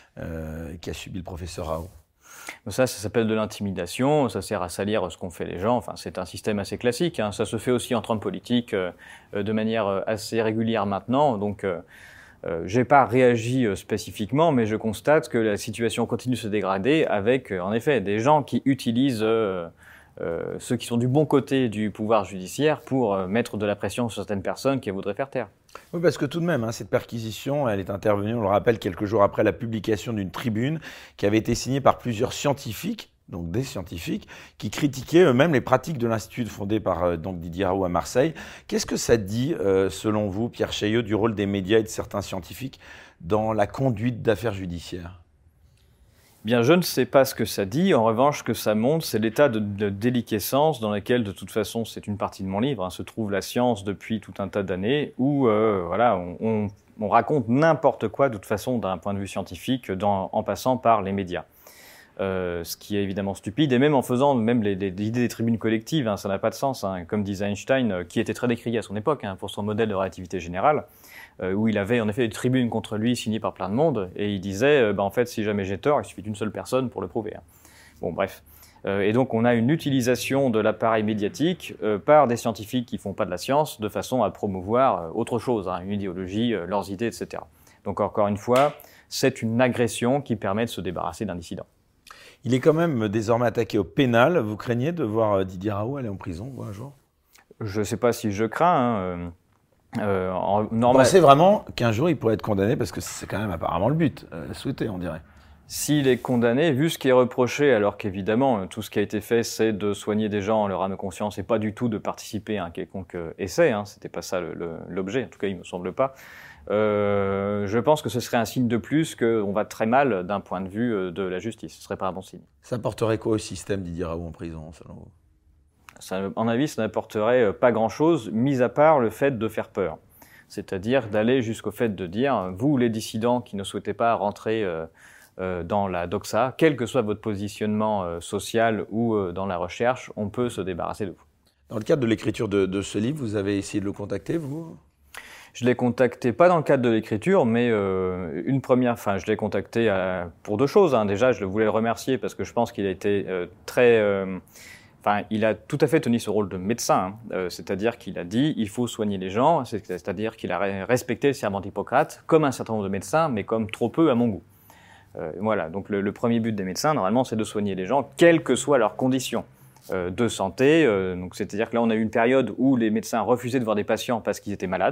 euh, qu'a subi le professeur Raoult? Ça, ça s'appelle de l'intimidation, ça sert à salir ce qu'ont fait les gens, enfin, c'est un système assez classique, hein. Ça se fait aussi entre hommes politiques euh, de manière assez régulière maintenant, donc... Euh, Euh, j'ai pas réagi euh, spécifiquement, mais je constate que la situation continue de se dégrader avec, euh, en effet, des gens qui utilisent euh, euh, ceux qui sont du bon côté du pouvoir judiciaire pour euh, mettre de la pression sur certaines personnes qui voudraient faire taire. Oui, parce que tout de même, hein, cette perquisition, elle est intervenue, on le rappelle, quelques jours après la publication d'une tribune qui avait été signée par plusieurs scientifiques, donc des scientifiques, qui critiquaient eux-mêmes les pratiques de l'Institut fondé par euh, donc Didier Raoult à Marseille. Qu'est-ce que ça dit, euh, selon vous, Pierre Chaillot, du rôle des médias et de certains scientifiques dans la conduite d'affaires judiciaires? Bien, je ne sais pas ce que ça dit. En revanche, ce que ça montre, c'est l'état de, de déliquescence dans lequel, de toute façon, c'est une partie de mon livre, hein, se trouve la science depuis tout un tas d'années, où euh, voilà, on, on, on raconte n'importe quoi, de toute façon, d'un point de vue scientifique, dans, en passant par les médias. Euh, ce qui est évidemment stupide, et même en faisant même les, les, l'idée des tribunes collectives, hein, ça n'a pas de sens. Hein, comme disait Einstein, euh, qui était très décrié à son époque hein, pour son modèle de relativité générale, euh, où il avait en effet des tribunes contre lui signées par plein de monde, et il disait, euh, bah, en fait, si jamais j'ai tort, il suffit d'une seule personne pour le prouver. Hein. Bon, bref. Euh, et donc, on a une utilisation de l'appareil médiatique euh, par des scientifiques qui font pas de la science, de façon à promouvoir euh, autre chose, hein, une idéologie, euh, leurs idées, et cetera. Donc, encore une fois, c'est une agression qui permet de se débarrasser d'un dissident. Il est quand même désormais attaqué au pénal. Vous craignez de voir Didier Raoult aller en prison, vous, un jour? Je ne sais pas si je crains. Hein. Euh, en, normal... Vous pensez vraiment qu'un jour il pourrait être condamné? Parce que c'est quand même apparemment le but, euh, souhaité, on dirait. S'il est condamné, vu ce qui est reproché, alors qu'évidemment, tout ce qui a été fait, c'est de soigner des gens en leur âme et conscience et pas du tout de participer à un quelconque essai. Hein. C'était pas ça le, le, l'objet, en tout cas, il me semble pas. Euh, je pense que ce serait un signe de plus qu'on va très mal d'un point de vue de la justice. Ce serait pas un bon signe. Ça apporterait quoi au système, Didier Raoult, en prison, selon vous? Ça, à mon avis, ça n'apporterait pas grand-chose, mis à part le fait de faire peur. C'est-à-dire d'aller jusqu'au fait de dire, vous, les dissidents qui ne souhaitez pas rentrer euh, euh, dans la doxa, quel que soit votre positionnement euh, social ou euh, dans la recherche, on peut se débarrasser de vous. Dans le cadre de l'écriture de, de ce livre, vous avez essayé de le contacter, vous? Je l'ai contacté, pas dans le cadre de l'écriture, mais euh, une première, enfin, je l'ai contacté euh, pour deux choses. Hein. Déjà, je voulais le remercier parce que je pense qu'il a été euh, très... Euh, Enfin, il a tout à fait tenu ce rôle de médecin, hein. euh, c'est-à-dire qu'il a dit il faut soigner les gens, c'est-à-dire qu'il a respecté le serment d'Hippocrate comme un certain nombre de médecins, mais comme trop peu à mon goût. Euh, voilà, donc le, le premier but des médecins, normalement, c'est de soigner les gens, quelles que soient leurs conditions euh, de santé. Euh, donc, c'est-à-dire que là, on a eu une période où les médecins refusaient de voir des patients parce qu'ils étaient malades.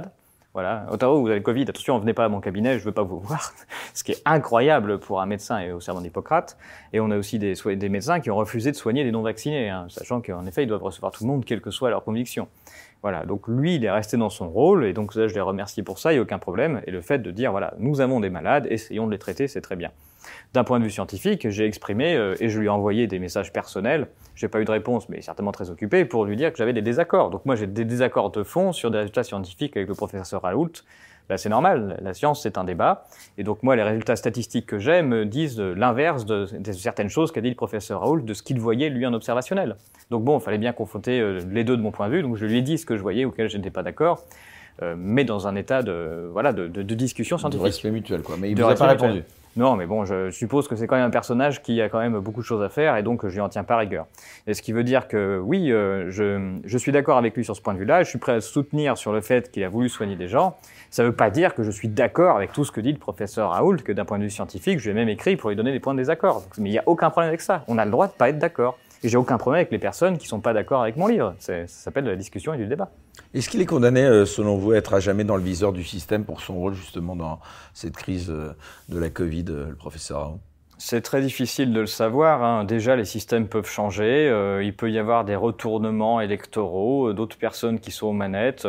Voilà, Ottaro, vous avez le Covid, attention, venez pas à mon cabinet, je veux pas vous voir. Ce qui est incroyable pour un médecin et au serment d'Hippocrate. Et on a aussi des, des médecins qui ont refusé de soigner les non-vaccinés, hein, sachant qu'en effet, ils doivent recevoir tout le monde, quelle que soit leur conviction. Voilà, donc lui, il est resté dans son rôle, et donc ça, je l'ai remercié pour ça, il n'y a aucun problème. Et le fait de dire, voilà, nous avons des malades, essayons de les traiter, c'est très bien. D'un point de vue scientifique, j'ai exprimé, euh, et je lui ai envoyé des messages personnels, j'ai pas eu de réponse, mais certainement très occupé, pour lui dire que j'avais des désaccords. Donc moi, j'ai des désaccords de fond sur des résultats scientifiques avec le professeur Raoult. Ben, c'est normal, la science, c'est un débat. Et donc moi, les résultats statistiques que j'ai me disent l'inverse de, de certaines choses qu'a dit le professeur Raoult, de ce qu'il voyait, lui, en observationnel. Donc bon, il fallait bien confronter euh, les deux de mon point de vue, donc je lui ai dit ce que je voyais, auquel je n'étais pas d'accord, euh, mais dans un état de, voilà, de, de, de discussion scientifique. De respect mutuel, quoi. Mais il ne vous a pas répondu. Mutuel. Non, mais bon, je suppose que c'est quand même un personnage qui a quand même beaucoup de choses à faire et donc je lui en tiens pas rigueur. Et ce qui veut dire que oui, euh, je, je suis d'accord avec lui sur ce point de vue-là, je suis prêt à soutenir sur le fait qu'il a voulu soigner des gens. Ça ne veut pas dire que je suis d'accord avec tout ce que dit le professeur Raoult, que d'un point de vue scientifique, je lui ai même écrit pour lui donner des points de désaccord. Mais il n'y a aucun problème avec ça. On a le droit de pas être d'accord. Et j'ai aucun problème avec les personnes qui sont pas d'accord avec mon livre. C'est, ça s'appelle la discussion et du débat. Est-ce qu'il est condamné, selon vous, à être à jamais dans le viseur du système pour son rôle justement dans cette crise de la Covid, le professeur Raoult ? C'est très difficile de le savoir, hein. Déjà, les systèmes peuvent changer. Euh, il peut y avoir des retournements électoraux, euh, d'autres personnes qui sont aux manettes.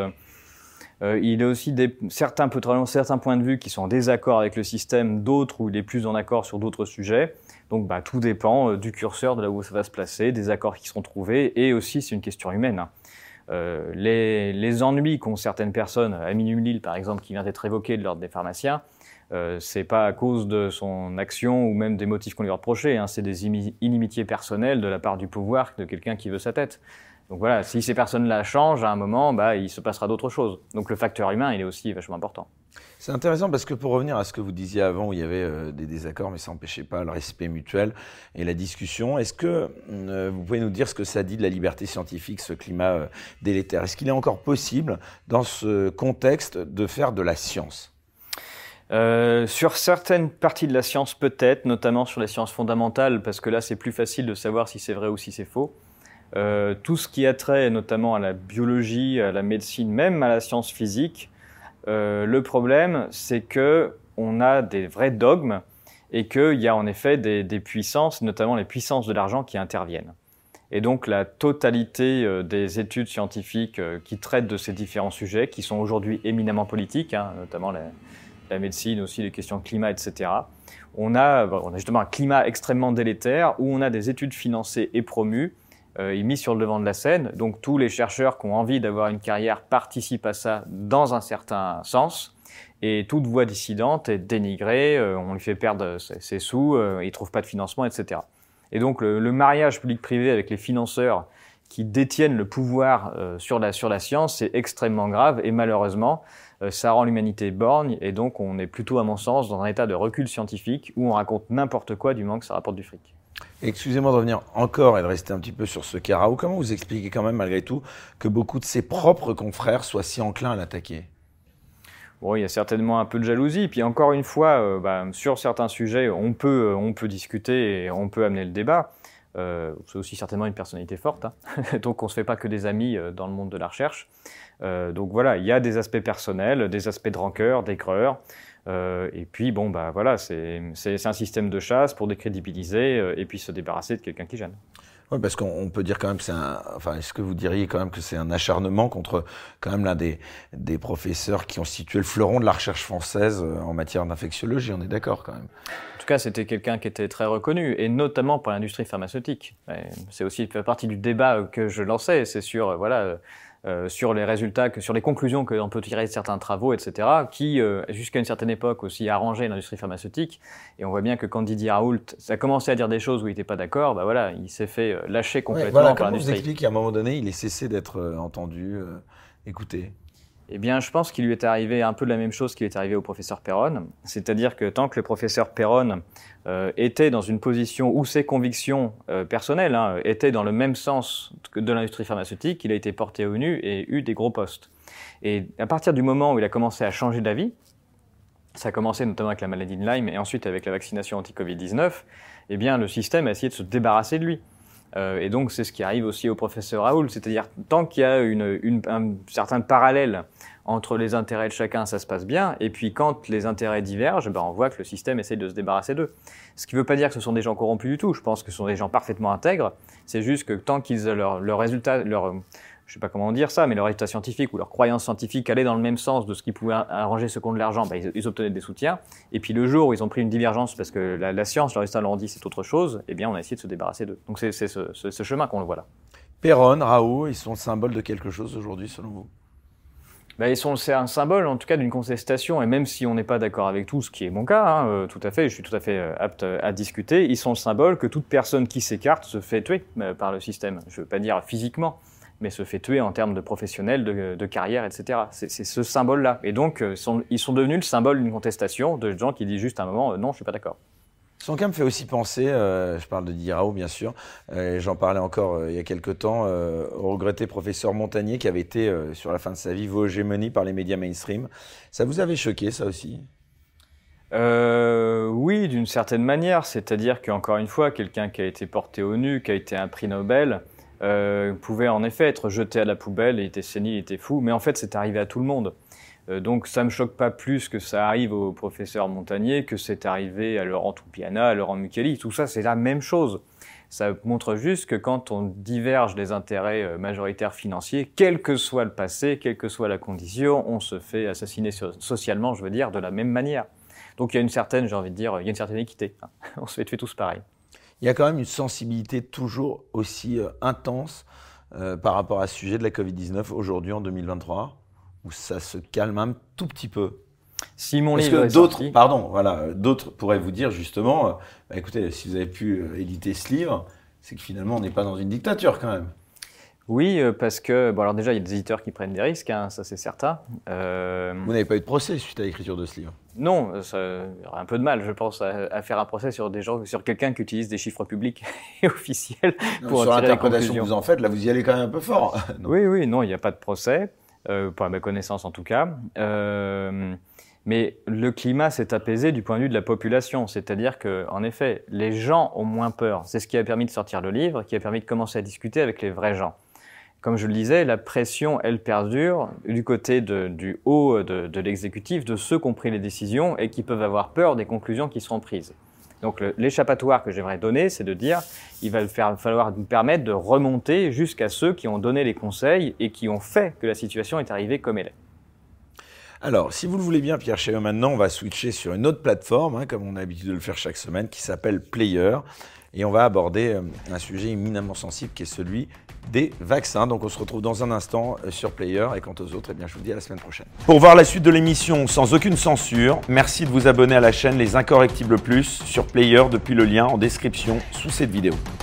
Euh, il y a aussi des, certains, certains points de vue qui sont en désaccord avec le système, d'autres où il est plus en accord sur d'autres sujets. Donc bah, tout dépend euh, du curseur, de là où ça va se placer, des accords qui seront trouvés, et aussi c'est une question humaine. Hein. Euh, les, les ennuis qu'ont certaines personnes, Amin Ulil par exemple, qui vient d'être évoqué de l'ordre des pharmaciens, euh, c'est pas à cause de son action ou même des motifs qu'on lui a reprochés, hein, c'est des inimitiés personnelles de la part du pouvoir, de quelqu'un qui veut sa tête. Donc voilà, si ces personnes-là changent, à un moment, bah, il se passera d'autres choses. Donc le facteur humain, il est aussi vachement important. C'est intéressant parce que pour revenir à ce que vous disiez avant, où il y avait euh, des désaccords, mais ça n'empêchait pas le respect mutuel et la discussion, est-ce que euh, vous pouvez nous dire ce que ça dit de la liberté scientifique, ce climat euh, délétère ? Est-ce qu'il est encore possible, dans ce contexte, de faire de la science ? Euh, sur certaines parties de la science, peut-être, notamment sur les sciences fondamentales, parce que là, c'est plus facile de savoir si c'est vrai ou si c'est faux. Euh, tout ce qui a trait notamment à la biologie, à la médecine, même à la science physique, euh, le problème, c'est que on a des vrais dogmes et qu'il y a en effet des, des puissances, notamment les puissances de l'argent, qui interviennent. Et donc la totalité euh, des études scientifiques euh, qui traitent de ces différents sujets, qui sont aujourd'hui éminemment politiques, hein, notamment la, la médecine, aussi les questions de climat, et cetera. On a, on a justement un climat extrêmement délétère où on a des études financées et promues Euh, est mis sur le devant de la scène. Donc tous les chercheurs qui ont envie d'avoir une carrière participent à ça dans un certain sens. Et toute voix dissidente est dénigrée, euh, on lui fait perdre ses, ses sous, euh, il ne trouve pas de financement, et cetera. Et donc le, le mariage public-privé avec les financeurs qui détiennent le pouvoir euh, sur, la, sur la science, c'est extrêmement grave et malheureusement, euh, ça rend l'humanité borgne et donc on est plutôt, à mon sens, dans un état de recul scientifique où on raconte n'importe quoi du moment que ça rapporte du fric. Excusez-moi de revenir encore et de rester un petit peu sur ce cas Raoult. Comment vous expliquez quand même, malgré tout, que beaucoup de ses propres confrères soient si enclins à l'attaquer ? Bon, il y a certainement un peu de jalousie. Puis encore une fois, euh, bah, sur certains sujets, on peut, on peut discuter et on peut amener le débat. Euh, c'est aussi certainement une personnalité forte, hein. Donc on ne se fait pas que des amis dans le monde de la recherche. Euh, donc voilà, il y a des aspects personnels, des aspects de rancœur, d'aigreur. Euh, et puis bon, bah voilà, c'est, c'est, c'est un système de chasse pour décrédibiliser euh, et puis se débarrasser de quelqu'un qui gêne. Oui, parce qu'on peut dire quand même que c'est un, enfin, est-ce que vous diriez quand même que c'est un acharnement contre quand même l'un des, des professeurs qui ont situé le fleuron de la recherche française en matière d'infectiologie, on est d'accord quand même. En tout cas, c'était quelqu'un qui était très reconnu, et notamment pour l'industrie pharmaceutique. Et c'est aussi fait partie du débat que je lançais, c'est sur, voilà, euh, sur les résultats, que, sur les conclusions que l'on peut tirer de certains travaux, et cetera, qui, euh, jusqu'à une certaine époque, aussi arrangeaient l'industrie pharmaceutique. Et on voit bien que quand Didier Raoult a commencé à dire des choses où il n'était pas d'accord, bah voilà, il s'est fait lâcher complètement ouais, voilà, par comment l'industrie. Comment vous expliquez qu'à un moment donné, il ait cessé d'être euh, entendu, euh, écouté ? Eh bien, je pense qu'il lui est arrivé un peu de la même chose qu'il est arrivé au professeur Perron. C'est-à-dire que tant que le professeur Perron euh, était dans une position où ses convictions euh, personnelles hein, étaient dans le même sens que de l'industrie pharmaceutique, il a été porté au nu et eu des gros postes. Et à partir du moment où il a commencé à changer d'avis, ça a commencé notamment avec la maladie de Lyme et ensuite avec la vaccination anti-covid dix-neuf, eh bien, le système a essayé de se débarrasser de lui. Euh, et donc, c'est ce qui arrive aussi au professeur Raoult, c'est-à-dire tant qu'il y a une, une, un certain parallèle entre les intérêts de chacun, ça se passe bien. Et puis quand les intérêts divergent, ben, on voit que le système essaye de se débarrasser d'eux. Ce qui ne veut pas dire que ce sont des gens corrompus du tout. Je pense que ce sont des gens parfaitement intègres. C'est juste que tant qu'ils ont leur, leur résultat, leur, je ne sais pas comment dire ça, mais leur résultat scientifique ou leur croyance scientifique allait dans le même sens de ce qui pouvait arranger ceux qui ont de l'argent, ben, ils, ils obtenaient des soutiens. Et puis le jour où ils ont pris une divergence parce que la, la science, le résultat leur ont dit c'est autre chose, eh bien on a essayé de se débarrasser d'eux. Donc c'est ce, ce, ce chemin qu'on le voit là. Péronne, Raoult, ils sont le symbole de quelque chose aujourd'hui selon vous? Ben, ils sont, c'est un symbole en tout cas d'une contestation, et même si on n'est pas d'accord avec tout, ce qui est mon cas, hein, euh, tout à fait, je suis tout à fait euh, apte à discuter, ils sont le symbole que toute personne qui s'écarte se fait tuer euh, par le système. Je ne veux pas dire physiquement, mais se fait tuer en termes de professionnels, de, de carrière, et cetera. C'est, c'est ce symbole-là. Et donc, euh, sont, ils sont devenus le symbole d'une contestation de gens qui disent juste à un moment euh, « non, je ne suis pas d'accord ». Son cas me fait aussi penser, euh, je parle de Didier Raoult bien sûr, euh, j'en parlais encore euh, il y a quelque temps, euh, au regretté professeur Montagnier qui avait été, euh, sur la fin de sa vie, voué aux gémonies par les médias mainstream. Ça vous avait choqué, ça aussi? euh, Oui, d'une certaine manière. C'est-à-dire qu'encore une fois, quelqu'un qui a été porté au nu, qui a été un prix Nobel, euh, pouvait en effet être jeté à la poubelle, il était sénile, il était fou, mais en fait c'est arrivé à tout le monde. Donc ça ne me choque pas plus que ça arrive au professeur Montagnier, que c'est arrivé à Laurent Toupiana, à Laurent Muchelli. Tout ça, c'est la même chose. Ça montre juste que quand on diverge des intérêts majoritaires financiers, quel que soit le passé, quelle que soit la condition, on se fait assassiner socialement, je veux dire, de la même manière. Donc il y a une certaine, j'ai envie de dire, il y a une certaine équité. On se fait tuer tous pareil. Il y a quand même une sensibilité toujours aussi euh, intense euh, par rapport à ce sujet de la covid dix-neuf aujourd'hui en deux mille vingt-trois. Où ça se calme un tout petit peu. Si mon Parce livre que est d'autres, sorti... pardon, voilà, d'autres pourraient vous dire justement, euh, bah écoutez, si vous avez pu euh, éditer ce livre, c'est que finalement on n'est pas dans une dictature quand même. Oui, parce que, bon alors déjà il y a des éditeurs qui prennent des risques, hein, ça c'est certain. Euh... Vous n'avez pas eu de procès suite à l'écriture de ce livre? Non, ça il y aurait un peu de mal, je pense, à, à faire un procès sur des gens, sur quelqu'un qui utilise des chiffres publics et officiels Non, pour sur en tirer les conclusions. l'interprétation que vous en faites, là vous y allez quand même un peu fort. Oui, oui, non, il n'y a pas de procès. Euh, pas à ma connaissance en tout cas. Euh, mais le climat s'est apaisé du point de vue de la population, c'est-à-dire que, en effet, les gens ont moins peur. C'est ce qui a permis de sortir le livre, qui a permis de commencer à discuter avec les vrais gens. Comme je le disais, la pression, elle perdure du côté de, du haut de, de l'exécutif, de ceux qui ont pris les décisions et qui peuvent avoir peur des conclusions qui seront prises. Donc l'échappatoire que j'aimerais donner, c'est de dire il va faire, falloir nous permettre de remonter jusqu'à ceux qui ont donné les conseils et qui ont fait que la situation est arrivée comme elle est. Alors, si vous le voulez bien, Pierre Chaillot, maintenant, on va switcher sur une autre plateforme, hein, comme on a l'habitude de le faire chaque semaine, qui s'appelle Player. Et on va aborder euh, un sujet éminemment sensible qui est celui des vaccins. Donc on se retrouve dans un instant euh, sur Player. Et quant aux autres, eh bien, je vous dis à la semaine prochaine. Pour voir la suite de l'émission sans aucune censure, merci de vous abonner à la chaîne Les Incorrectibles Plus sur Player depuis le lien en description sous cette vidéo.